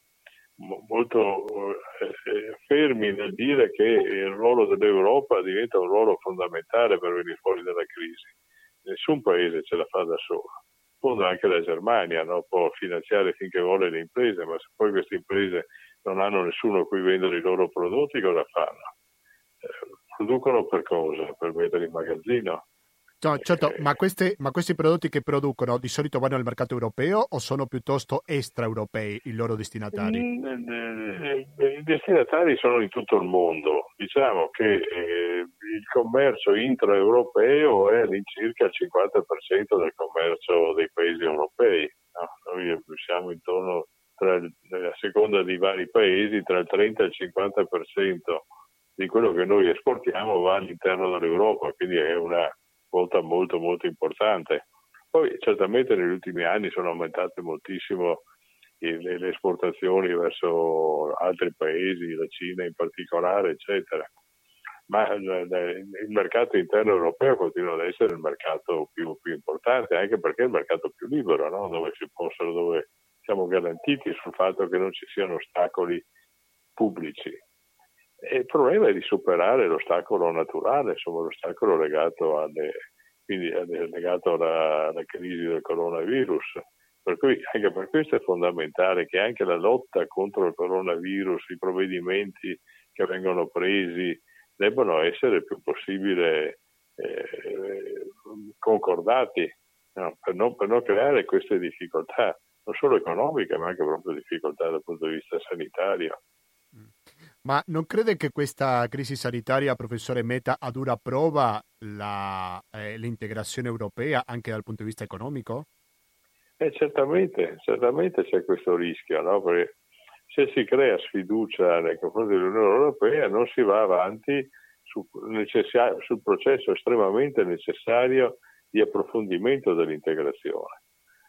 fermi nel dire che il ruolo dell'Europa diventa un ruolo fondamentale per venire fuori dalla crisi. Nessun paese ce la fa da solo. In fondo anche la Germania, no? Può finanziare finché vuole le imprese, ma se poi queste imprese non hanno nessuno a cui vendere i loro prodotti, cosa fanno? Producono per cosa? Per mettere in magazzino? No, certo, ma questi prodotti che producono di solito vanno al mercato europeo o sono piuttosto extraeuropei i loro destinatari? I destinatari sono in tutto il mondo. Diciamo che il commercio intraeuropeo è all'incirca il 50% del commercio dei paesi europei. No? Noi siamo intorno, a seconda di vari paesi, tra il 30 e il 50% di quello che noi esportiamo va all'interno dell'Europa, quindi è una quota molto molto importante. Poi certamente negli ultimi anni sono aumentate moltissimo le esportazioni verso altri paesi, la Cina in particolare, eccetera. Ma il mercato interno europeo continua ad essere il mercato più importante, anche perché è il mercato più libero, no? Dove siamo garantiti sul fatto che non ci siano ostacoli pubblici. E il problema è di superare l'ostacolo naturale, insomma l'ostacolo legato alla crisi del coronavirus. Per cui anche per questo è fondamentale che anche la lotta contro il coronavirus, i provvedimenti che vengono presi, debbano essere il più possibile concordati, no? per non creare queste difficoltà, non solo economiche, ma anche proprio difficoltà dal punto di vista sanitario. Ma non crede che questa crisi sanitaria, professore, metta a dura prova l'integrazione europea anche dal punto di vista economico? Certamente c'è questo rischio, no? Perché se si crea sfiducia nei confronti dell'Unione Europea non si va avanti sul processo estremamente necessario di approfondimento dell'integrazione.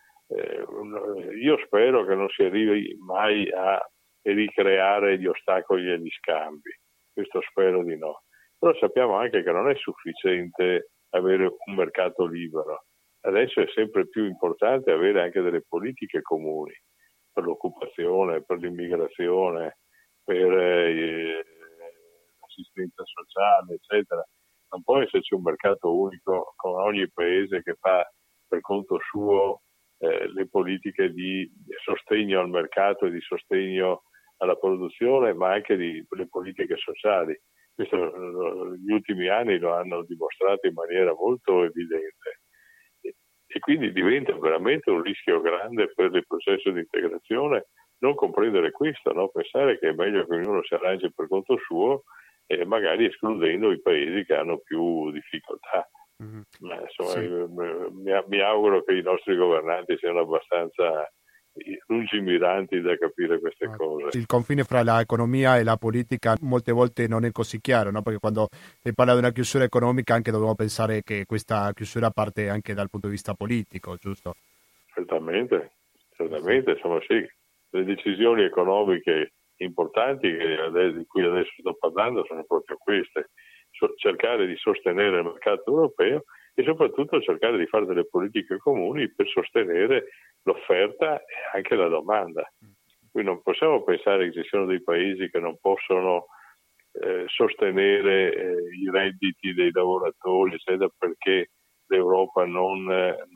Io spero che non si arrivi mai a ricreare gli ostacoli agli scambi, questo spero di no. Però sappiamo anche che non è sufficiente avere un mercato libero. Adesso è sempre più importante avere anche delle politiche comuni per l'occupazione, per l'immigrazione, per l'assistenza sociale, eccetera. Non può esserci un mercato unico con ogni paese che fa per conto suo le politiche di sostegno al mercato e di sostegno alla produzione, ma anche le politiche sociali. Questo gli ultimi anni lo hanno dimostrato in maniera molto evidente. E quindi diventa veramente un rischio grande per il processo di integrazione non comprendere questo, no? Pensare che è meglio che ognuno si arrangi per conto suo e magari escludendo i paesi che hanno più difficoltà. Mm-hmm. Ma insomma, sì. Mi auguro che i nostri governanti siano abbastanza lungimiranti da capire queste cose. Il confine fra l'economia e la politica molte volte non è così chiaro, no? Perché quando si parla di una chiusura economica anche dobbiamo pensare che questa chiusura parte anche dal punto di vista politico, giusto? Certamente, insomma sì, le decisioni economiche importanti di cui adesso sto parlando sono proprio queste. cercare di sostenere il mercato europeo e soprattutto cercare di fare delle politiche comuni per sostenere l'offerta e anche la domanda. Quindi non possiamo pensare che ci siano dei paesi che non possono sostenere i redditi dei lavoratori, eccetera, perché l'Europa non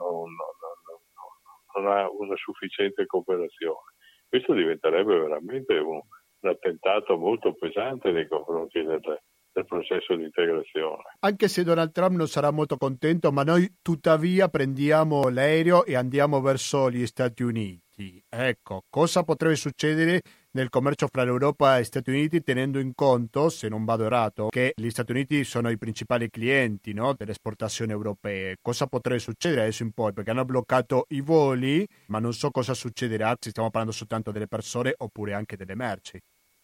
ha una sufficiente cooperazione. Questo diventerebbe veramente un attentato molto pesante nei confronti del processo di integrazione. Anche se Donald Trump non sarà molto contento, ma noi tuttavia prendiamo l'aereo e andiamo verso gli Stati Uniti. Ecco, cosa potrebbe succedere nel commercio fra l'Europa e gli Stati Uniti, tenendo in conto, se non vado errato, che gli Stati Uniti sono i principali clienti, no, delle esportazioni europee? Cosa potrebbe succedere adesso in poi? Perché hanno bloccato i voli, ma non so cosa succederà, se stiamo parlando soltanto delle persone oppure anche delle merci.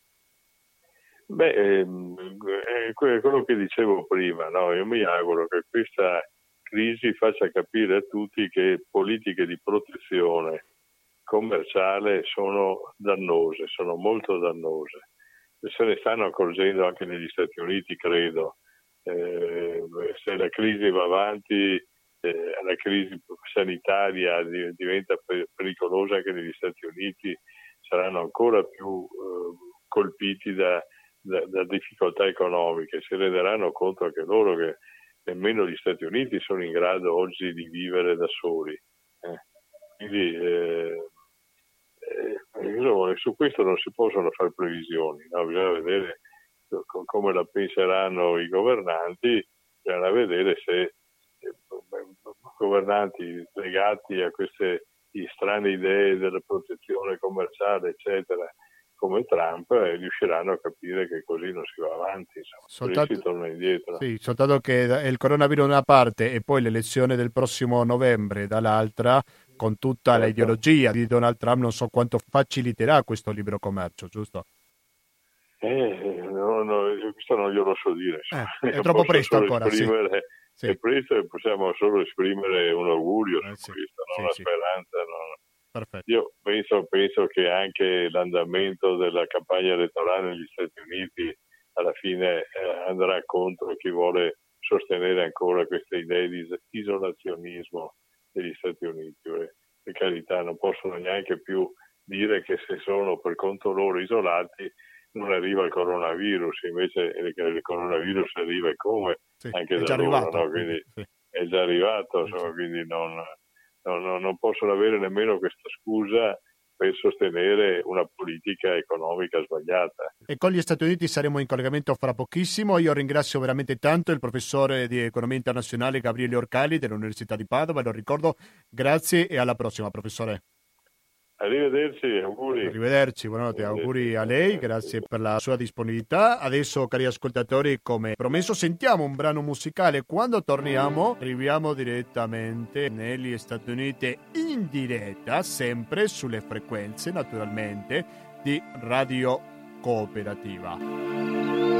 Beh, è quello che dicevo prima, no? Io mi auguro che questa crisi faccia capire a tutti che politiche di protezione commerciale sono dannose, sono molto dannose. Se ne stanno accorgendo anche negli Stati Uniti, credo. Se la crisi va avanti, la crisi sanitaria diventa pericolosa anche negli Stati Uniti, saranno ancora più colpiti da difficoltà economiche, si renderanno conto anche loro che nemmeno gli Stati Uniti sono in grado oggi di vivere da soli. Quindi su questo non si possono fare previsioni, no? Bisogna vedere come la penseranno i governanti, bisogna vedere se governanti legati a queste strane idee della protezione commerciale, eccetera, come Trump, riusciranno a capire che così non si va avanti, soltanto, si torna indietro. Sì, soltanto che il coronavirus da una parte e poi l'elezione del prossimo novembre dall'altra, con tutta l'ideologia di Donald Trump, non so quanto faciliterà questo libero commercio, giusto? No, questo non glielo so dire. È troppo presto ancora, sì. È presto e possiamo solo esprimere un augurio su questo, una speranza. Perfetto. Io penso che anche l'andamento della campagna elettorale negli Stati Uniti alla fine andrà contro chi vuole sostenere ancora queste idee di isolazionismo degli Stati Uniti. Per carità, non possono neanche più dire che se sono per conto loro isolati non arriva il coronavirus, invece il coronavirus arriva e come, anche da loro, no? Quindi è già arrivato, insomma, quindi non possono avere nemmeno questa scusa per sostenere una politica economica sbagliata. E con gli Stati Uniti saremo in collegamento fra pochissimo. Io ringrazio veramente tanto il professore di economia internazionale Gabriele Orcali dell'Università di Padova, lo ricordo. Grazie e alla prossima, professore. Arrivederci, auguri. Arrivederci, buonanotte, auguri a lei, grazie per la sua disponibilità. Adesso, cari ascoltatori, come promesso, sentiamo un brano musicale. Quando torniamo, arriviamo direttamente negli Stati Uniti in diretta, sempre sulle frequenze, naturalmente, di Radio Cooperativa.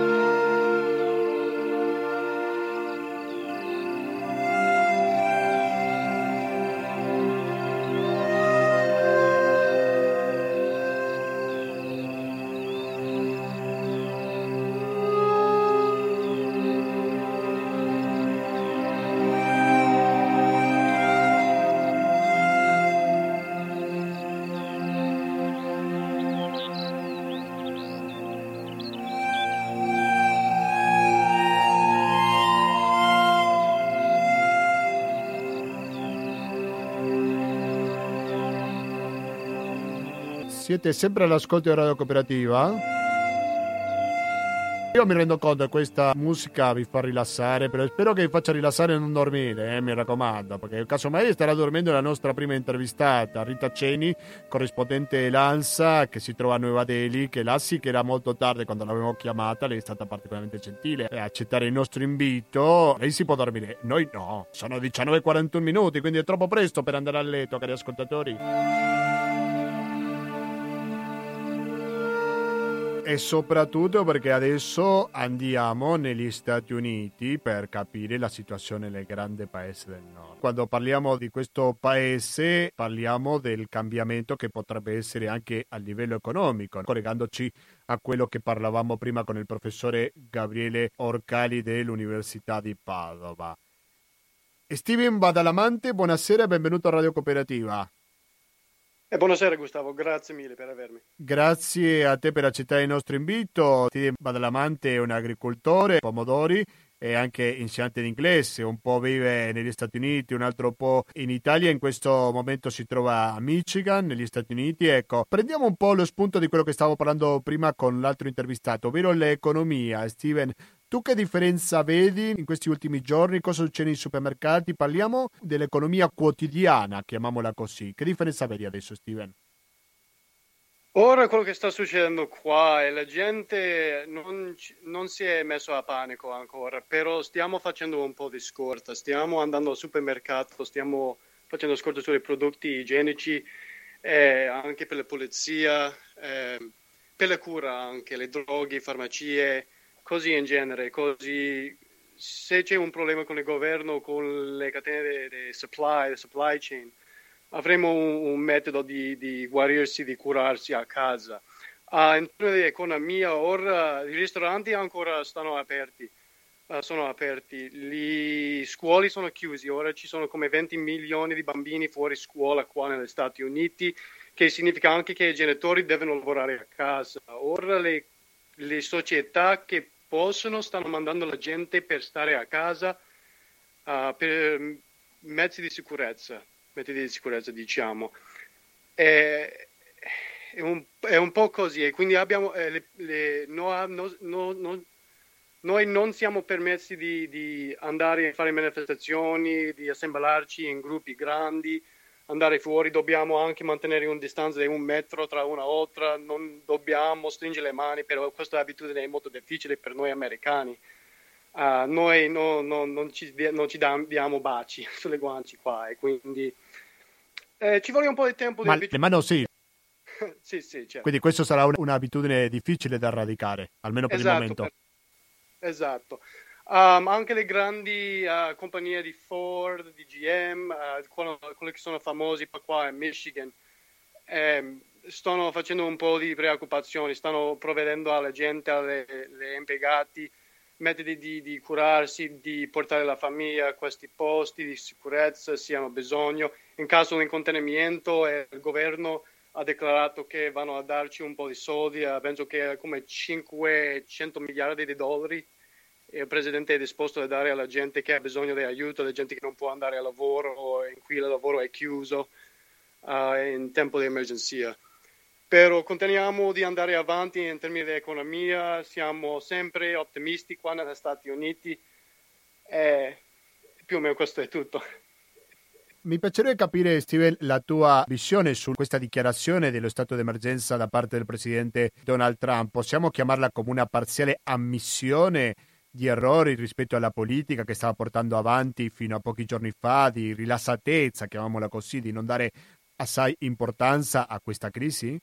Siete sempre all'ascolto di Radio Cooperativa? Io mi rendo conto che questa musica vi fa rilassare, però spero che vi faccia rilassare e non dormire, mi raccomando, perché casomai starà dormendo la nostra prima intervistata, Rita Ceni, corrispondente l'ANSA, che si trova a Nuova Delhi, che là sì che era molto tardi quando l'avevamo chiamata, lei è stata particolarmente gentile a accettare il nostro invito. Lei si può dormire, noi no, sono 19:41 minuti, quindi è troppo presto per andare a letto, cari ascoltatori. E soprattutto perché adesso andiamo negli Stati Uniti per capire la situazione nel grande paese del nord. Quando parliamo di questo paese parliamo del cambiamento che potrebbe essere anche a livello economico, collegandoci a quello che parlavamo prima con il professore Gabriele Orcali dell'Università di Padova. Steven Badalamante, buonasera e benvenuto a Radio Cooperativa. Buonasera Gustavo, grazie mille per avermi. Grazie a te per accettare il nostro invito. Steven Badalamante è un agricoltore, pomodori, e anche insegnante di inglese, un po' vive negli Stati Uniti, un altro po' in Italia, in questo momento si trova a Michigan, negli Stati Uniti. Ecco, prendiamo un po' lo spunto di quello che stavo parlando prima con l'altro intervistato, ovvero l'economia. Steven, tu che differenza vedi in questi ultimi giorni? Cosa succede nei supermercati? Parliamo dell'economia quotidiana, chiamiamola così. Che differenza vedi adesso, Steven? Ora quello che sta succedendo qua è la gente non si è messo a panico ancora, però stiamo facendo un po' di scorta, stiamo andando al supermercato, stiamo facendo scorta sui prodotti igienici, anche per la polizia, per la cura anche, le droghe, farmacie, così in genere, così se c'è un problema con il governo, con le catene di supply chain, avremo un metodo di guarirsi, di curarsi a casa. In termini di economia, ora i ristoranti ancora sono aperti, le scuole sono chiuse, ora ci sono come 20 milioni di bambini fuori scuola qua negli Stati Uniti, che significa anche che i genitori devono lavorare a casa. Ora le società che possono stanno mandando la gente per stare a casa per mezzi di sicurezza, diciamo. È un po' così, e quindi abbiamo noi non siamo permessi di andare a fare manifestazioni, di assemblarci in gruppi grandi, andare fuori, dobbiamo anche mantenere una distanza di 1 metro tra una e l'altra, non dobbiamo stringere le mani, però questa abitudine è molto difficile per noi americani. Noi non ci diamo baci sulle guance qua, e quindi ci vuole un po' di tempo di abitudine. Ma no, sì. Sì, certo. Quindi questo sarà un'abitudine difficile da radicare, almeno per il momento. Esatto. Anche le grandi compagnie di Ford, di GM, quelle che sono famosi qua in Michigan, stanno facendo un po' di preoccupazioni, stanno provvedendo alla gente, alle impiegati, metodi di curarsi, di portare la famiglia a questi posti di sicurezza se hanno bisogno. In caso di contenimento, il governo ha dichiarato che vanno a darci un po' di soldi, penso che è come 500 miliardi di dollari. E il presidente è disposto a dare alla gente che ha bisogno di aiuto, alla gente che non può andare al lavoro o in cui il lavoro è chiuso in tempo di emergenza. Però continuiamo di andare avanti in termini di economia, siamo sempre ottimisti qua negli Stati Uniti, e più o meno questo è tutto. Mi piacerebbe capire, Steven, la tua visione su questa dichiarazione dello stato d'emergenza da parte del presidente Donald Trump. Possiamo chiamarla come una parziale ammissione di errori rispetto alla politica che stava portando avanti fino a pochi giorni fa, di rilassatezza, chiamiamola così, di non dare assai importanza a questa crisi?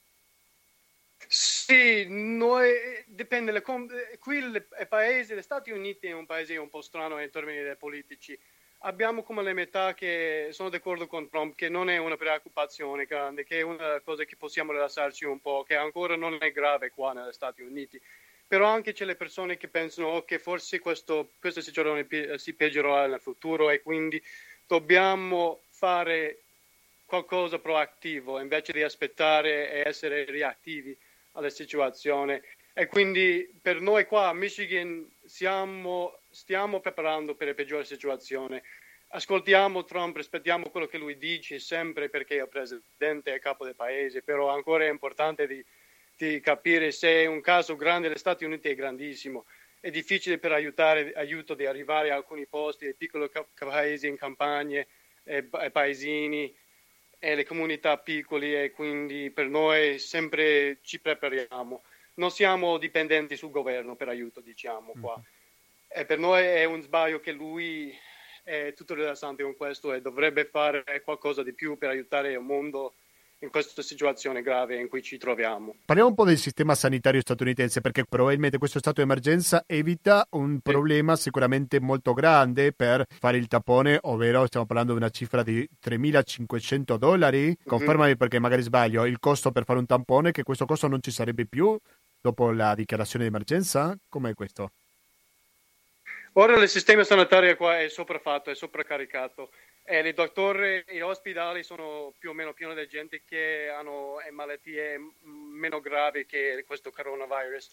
Sì, dipende. Qui il paese, gli Stati Uniti è un paese un po' strano in termini politici. Abbiamo come le metà che sono d'accordo con Trump, che non è una preoccupazione grande, che è una cosa che possiamo rilassarci un po', che ancora non è grave qua negli Stati Uniti. Però anche c'è le persone che pensano che forse questa situazione si peggiorerà nel futuro, e quindi dobbiamo fare qualcosa proattivo invece di aspettare e essere reattivi alla situazione. E quindi per noi qua a Michigan stiamo preparando per la peggiore situazione. Ascoltiamo Trump, rispettiamo quello che lui dice sempre, perché è il presidente e capo del paese, però ancora è importante di capire se è un caso grande. Gli Stati Uniti è grandissimo, è difficile per aiuto di arrivare a alcuni posti, ai piccoli paesi in campagne, ai paesini e le comunità piccole, e quindi per noi sempre ci prepariamo. Non siamo dipendenti sul governo per aiuto, diciamo qua. E per noi è un sbaglio che lui è tutto rilassante con questo e dovrebbe fare qualcosa di più per aiutare il mondo in questa situazione grave in cui ci troviamo. Parliamo un po' del sistema sanitario statunitense, perché probabilmente questo stato di emergenza evita un problema sicuramente molto grande per fare il tampone, ovvero stiamo parlando di una cifra di $3.500. Confermami perché magari sbaglio, il costo per fare un tampone, che questo costo non ci sarebbe più dopo la dichiarazione di emergenza? Com'è questo? Ora il sistema sanitario qua è sopraffatto, è sopraccaricato. I dottori e gli ospedali sono più o meno pieni di gente che hanno malattie meno gravi che questo coronavirus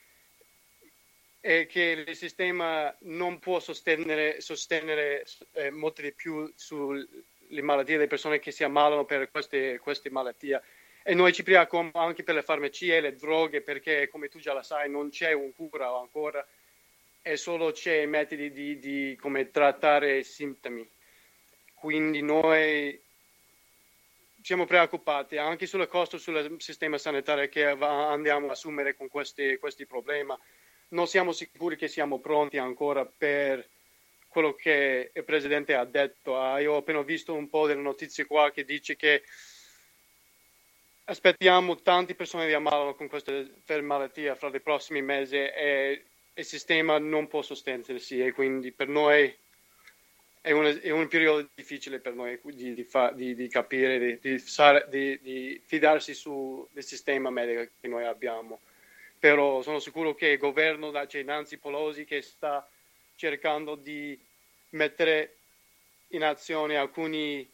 e che il sistema non può sostenere molto di più sulle malattie delle persone che si ammalano per queste malattie. E noi ci preoccupiamo anche per le farmacie e le droghe, perché come tu già la sai non c'è un cura ancora, e solo c'è metodi di come trattare i sintomi. Quindi noi siamo preoccupati anche sul costo sul sistema sanitario che andiamo a assumere con questi problemi. Non siamo sicuri che siamo pronti ancora per quello che il Presidente ha detto. Io ho appena visto un po' delle notizie qua che dice che aspettiamo tante persone che ammalano con questa malattia fra i prossimi mesi e il sistema non può sostenersi, e quindi per noi è un periodo difficile per noi di capire, di fidarsi sul sistema medico che noi abbiamo. Però sono sicuro che il governo, c'è Nancy Pelosi che sta cercando di mettere in azione alcune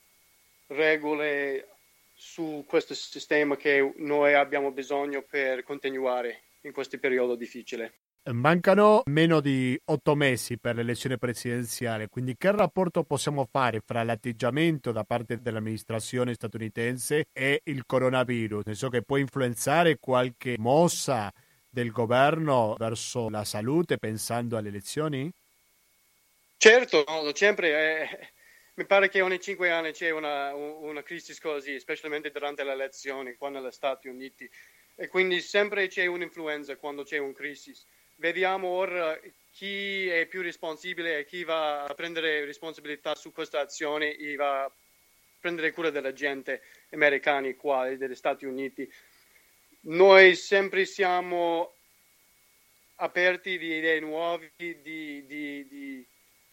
regole su questo sistema che noi abbiamo bisogno per continuare in questo periodo difficile. Mancano meno di 8 mesi per l'elezione presidenziale, quindi che rapporto possiamo fare fra l'atteggiamento da parte dell'amministrazione statunitense e il coronavirus? Nel senso che può influenzare qualche mossa del governo verso la salute pensando alle elezioni? Certo, no, sempre. Mi pare che ogni 5 anni c'è una crisi così, specialmente durante le elezioni qua negli Stati Uniti. E quindi sempre c'è un'influenza quando c'è una crisi. Vediamo ora chi è più responsabile e chi va a prendere responsabilità su questa azione e va a prendere cura della gente americana qua degli Stati Uniti. Noi sempre siamo aperti di idee nuove, di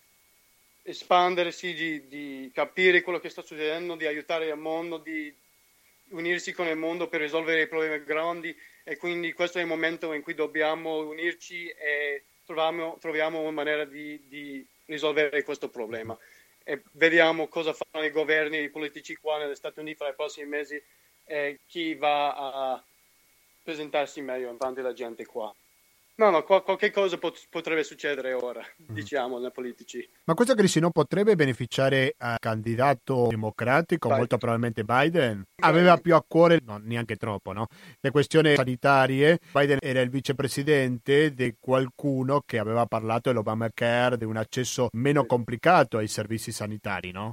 espandersi, di capire quello che sta succedendo, di aiutare il mondo, di unirsi con il mondo per risolvere i problemi grandi. E quindi questo è il momento in cui dobbiamo unirci e troviamo una maniera di risolvere questo problema. E vediamo cosa fanno i governi e i politici qua negli Stati Uniti nei prossimi mesi e chi va a presentarsi meglio davanti alla gente qua. No, qualche cosa potrebbe succedere ora, diciamo, nei politici. Ma questa crisi non potrebbe beneficiare al candidato democratico, molto probabilmente Biden? Aveva più a cuore, no, neanche troppo, no? Le questioni sanitarie. Biden era il vicepresidente di qualcuno che aveva parlato dell'Obamacare, di un accesso meno complicato ai servizi sanitari, no?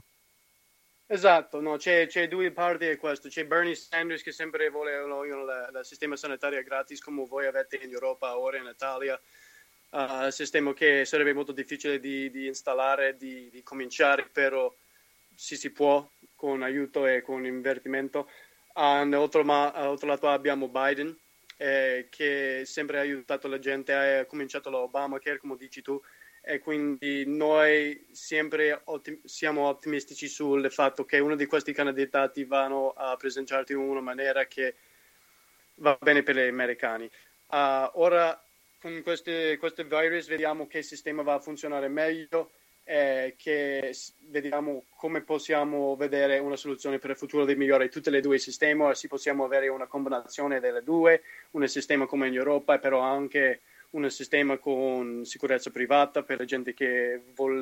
Esatto, no, c'è due parti di questo. C'è Bernie Sanders che sempre vuole il sistema sanitario gratis come voi avete in Europa, ora in Italia, un sistema che sarebbe molto difficile di installare, di cominciare, però si può con aiuto e con investimento. Dall'altro lato abbiamo Biden che sempre ha aiutato la gente, ha cominciato l'Obamacare, come dici tu. E quindi noi sempre siamo ottimistici sul fatto che uno di questi candidati vanno a presentarti in una maniera che va bene per gli americani. Ora con questo virus vediamo che il sistema va a funzionare meglio e che vediamo come possiamo vedere una soluzione per il futuro di migliorare tutti e due i sistemi, così possiamo avere una combinazione delle due, un sistema come in Europa, però anche un sistema con sicurezza privata per la gente che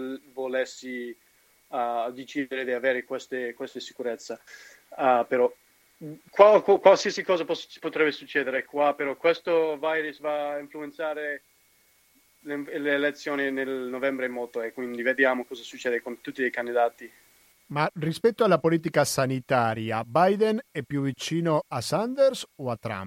volessi decidere di avere queste sicurezza. Però qualsiasi cosa potrebbe succedere qua, però questo virus va a influenzare le elezioni nel novembre molto, e quindi vediamo cosa succede con tutti i candidati. Ma rispetto alla politica sanitaria, Biden è più vicino a Sanders o a Trump?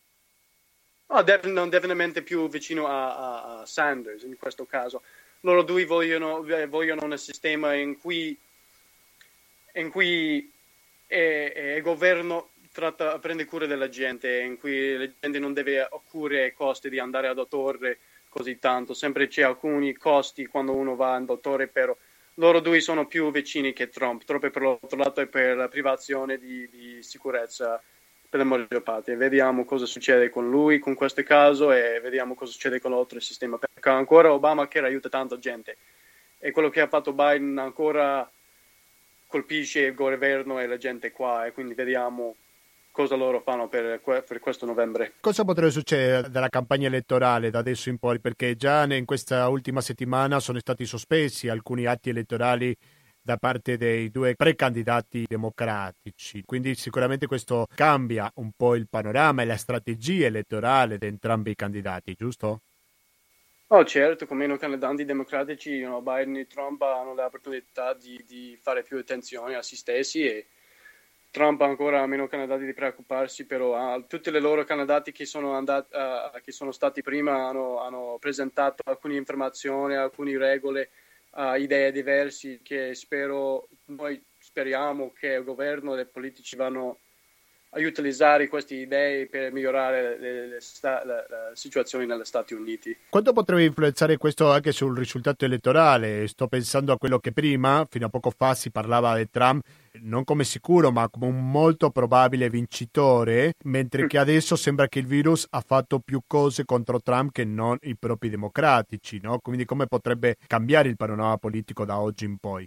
Decisamente più vicino a Sanders in questo caso. Loro due vogliono un sistema in cui e il governo prende cura della gente, in cui la gente non deve occurre i costi di andare al dottore così tanto. Sempre c'è alcuni costi quando uno va al dottore, però loro due sono più vicini che Trump per l'altro lato e per la privazione di sicurezza per le maggior parte. Vediamo cosa succede con lui, con questo caso, e vediamo cosa succede con l'altro sistema, perché ancora Obamacare aiuta tanta gente e quello che ha fatto Biden ancora colpisce il governo e la gente qua, e quindi vediamo cosa loro fanno per questo novembre. Cosa potrebbe succedere dalla campagna elettorale da adesso in poi? Perché già in questa ultima settimana sono stati sospesi alcuni atti elettorali da parte dei due precandidati democratici, quindi sicuramente questo cambia un po' il panorama e la strategia elettorale di entrambi i candidati, giusto? Oh, certo, con meno candidati democratici, Biden e Trump hanno l'opportunità di fare più attenzione a se stessi, e Trump ha ancora meno candidati di preoccuparsi, però tutti i loro candidati che sono stati prima hanno presentato alcune informazioni, alcune regole, idee diverse che noi speriamo che il governo e i politici vanno a utilizzare queste idee per migliorare la situazione negli Stati Uniti. Quanto potrebbe influenzare questo anche sul risultato elettorale? Sto pensando a quello che prima, fino a poco fa, si parlava di Trump non come sicuro, ma come un molto probabile vincitore, mentre che adesso sembra che il virus ha fatto più cose contro Trump che non i propri democratici, no? Quindi come potrebbe cambiare il panorama politico da oggi in poi?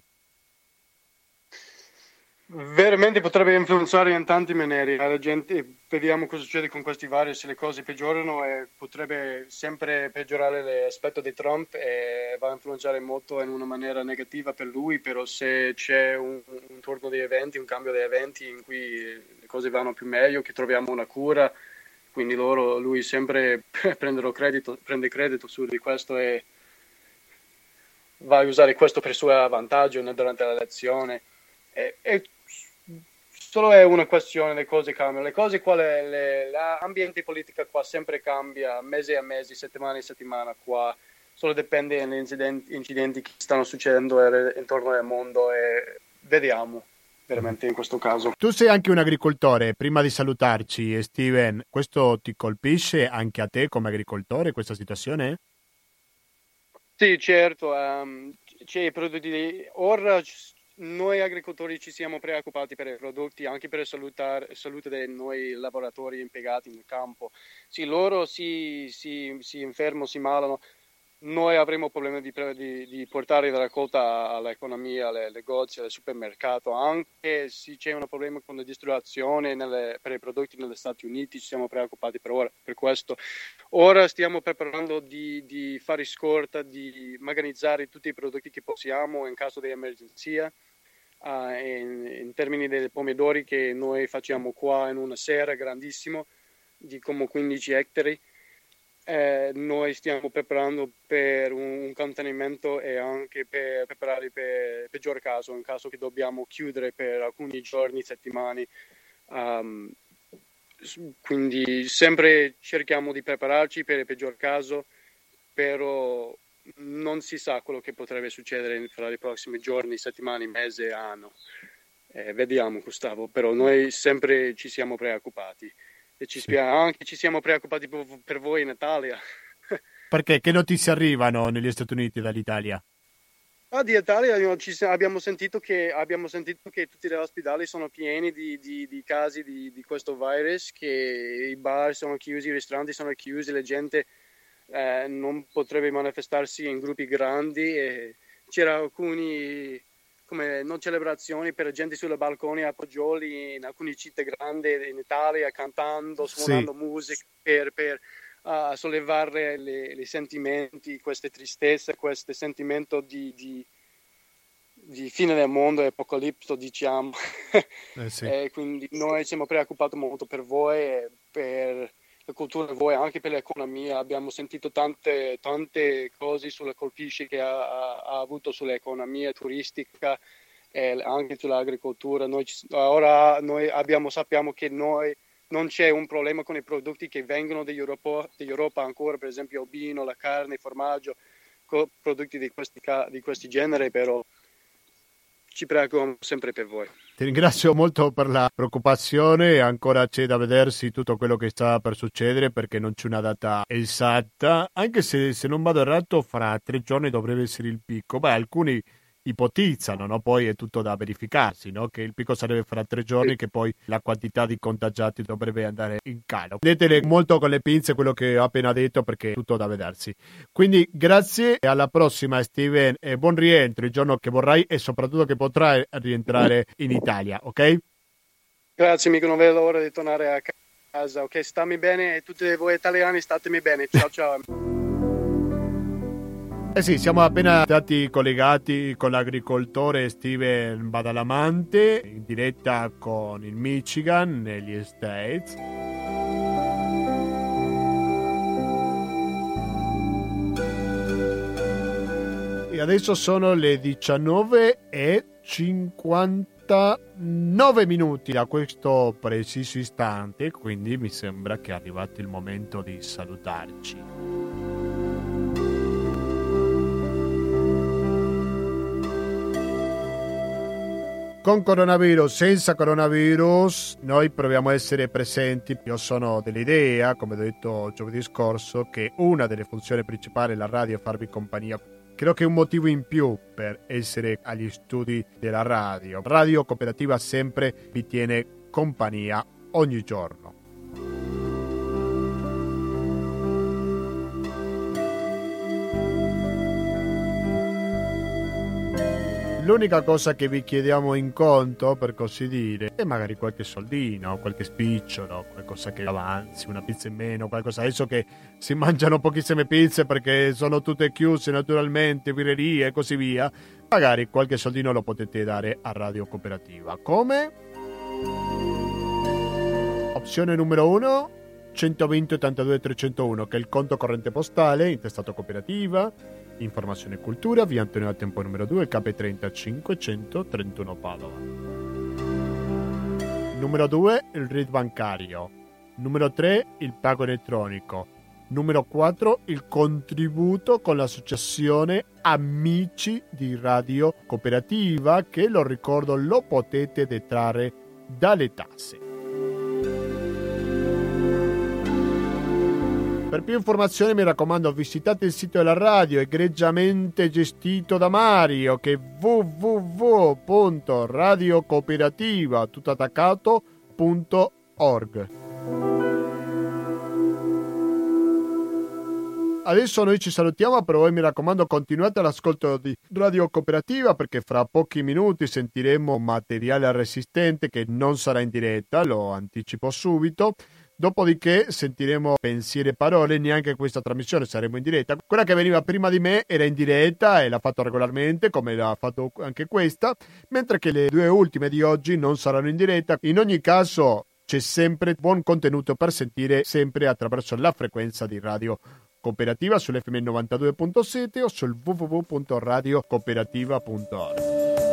Veramente potrebbe influenzare in tanti maniere la gente. Vediamo cosa succede con questi virus, se le cose peggiorano, e potrebbe sempre peggiorare l'aspetto di Trump e va a influenzare molto in una maniera negativa per lui. Però se c'è un turno di eventi, un cambio di eventi in cui le cose vanno più meglio, che troviamo una cura, quindi lui sempre prende credito su di questo e va a usare questo per suo vantaggio durante l'elezione. E solo è una questione, le cose cambiano. Le cose qua, l'ambiente politica qua sempre cambia mese a mese, settimana a settimana qua. Solo dipende dagli incidenti che stanno succedendo intorno al mondo, e vediamo veramente in questo caso. Tu sei anche un agricoltore. Prima di salutarci, Steven, questo ti colpisce anche a te come agricoltore, questa situazione? Sì, certo. C'è i prodotti ora. Noi agricoltori ci siamo preoccupati per i prodotti, anche per la salute dei noi lavoratori impiegati nel campo. Se loro si infermano, si malano, noi avremo problemi di portare la raccolta all'economia, alle negozi, al supermercato. Anche se c'è un problema con la distribuzione per i prodotti negli Stati Uniti, ci siamo preoccupati per questo. Ora stiamo preparando di fare scorta, di organizzare tutti i prodotti che possiamo in caso di emergenza. In termini dei pomodori che noi facciamo qua in una serra grandissimo di come 15 ettari, noi stiamo preparando per un contenimento e anche per preparare per peggior caso, in caso che dobbiamo chiudere per alcuni giorni, settimane. Quindi sempre cerchiamo di prepararci per il peggior caso, però non si sa quello che potrebbe succedere fra i prossimi giorni, settimane, mesi, anno. Vediamo, Gustavo, però noi sempre ci siamo preoccupati e ci siamo preoccupati per voi in Italia. Perché? Che notizie arrivano negli Stati Uniti dall'Italia? Di Italia abbiamo sentito che tutti gli ospedali sono pieni di casi di questo virus, che i bar sono chiusi, i ristoranti sono chiusi, la gente non potrebbe manifestarsi in gruppi grandi, e c'era alcuni come non celebrazioni per gente sulle balconi a Poggioli in alcune città grandi in Italia, cantando, suonando musica per sollevare i sentimenti, queste tristezze, questo sentimento di fine del mondo, apocalipso, diciamo. Sì. E quindi noi siamo preoccupati molto per voi e per la cultura di voi, anche per l'economia. Abbiamo sentito tante cose sulle colpisce che ha avuto sull'economia turistica e anche sull'agricoltura. Ora sappiamo che non c'è un problema con i prodotti che vengono d'Europa ancora, per esempio il vino, la carne, il formaggio, prodotti di questi generi, però ci preoccupiamo sempre per voi. Ti ringrazio molto per la preoccupazione, ancora c'è da vedersi tutto quello che sta per succedere perché non c'è una data esatta, anche se non vado errato fra 3 giorni dovrebbe essere il picco. Beh, alcuni ipotizzano, no? Poi è tutto da verificarsi, no? Che il picco sarebbe fra 3 giorni, che poi la quantità di contagiati dovrebbe andare in calo. Prendetele molto con le pinze quello che ho appena detto perché è tutto da vedersi. Quindi grazie e alla prossima Steven e buon rientro il giorno che vorrai e soprattutto che potrai rientrare in Italia, ok? Grazie amico, non vedo l'ora di tornare a casa, ok? Stammi bene e tutti voi italiani statemi bene, ciao ciao. Eh sì, siamo appena stati collegati con l'agricoltore Steven Badalamante in diretta con il Michigan negli States. E adesso sono le 19:59 minuti da questo preciso istante, quindi mi sembra che è arrivato il momento di salutarci. Con coronavirus, senza coronavirus, noi proviamo a essere presenti. Io sono dell'idea, come ho detto giovedì scorso, che una delle funzioni principali della radio è farvi compagnia. Credo che è un motivo in più per essere agli studi della radio. Radio Cooperativa sempre vi tiene compagnia ogni giorno. L'unica cosa che vi chiediamo in conto, per così dire, è magari qualche soldino, qualche spicciolo, qualcosa che avanzi, una pizza in meno, qualcosa. Adesso che si mangiano pochissime pizze perché sono tutte chiuse naturalmente, birrerie e così via, magari qualche soldino lo potete dare a Radio Cooperativa. Come? Opzione numero 1, 120 82 301, che è il conto corrente postale intestato Cooperativa. Informazione e Cultura, via Antonio da Tempo numero 2, KP30 531 Padova. Numero 2, il RID bancario. Numero 3, il pago elettronico. Numero 4, il contributo con l'associazione Amici di Radio Cooperativa, che lo ricordo lo potete detrarre dalle tasse. Per più informazioni mi raccomando visitate il sito della radio egregiamente gestito da Mario, che è www.radiocooperativa.org. Adesso noi ci salutiamo, però voi mi raccomando continuate all'ascolto di Radio Cooperativa perché fra pochi minuti sentiremo materiale resistente che non sarà in diretta, lo anticipo subito. Dopodiché sentiremo pensieri e parole, neanche questa trasmissione saremo in diretta. Quella che veniva prima di me era in diretta e l'ha fatto regolarmente, come l'ha fatto anche questa, mentre che le 2 ultime di oggi non saranno in diretta. In ogni caso c'è sempre buon contenuto per sentire sempre attraverso la frequenza di Radio Cooperativa sull'FM 92.7 o sul www.radiocooperativa.org.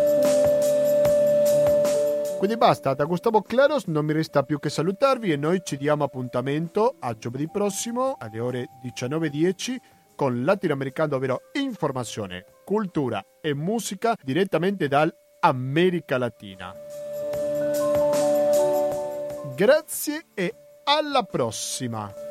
Quindi basta, da Gustavo Claros non mi resta più che salutarvi e noi ci diamo appuntamento a giovedì prossimo alle ore 19:10 con Latinoamericano, ovvero informazione, cultura e musica direttamente dall'America Latina. Grazie e alla prossima!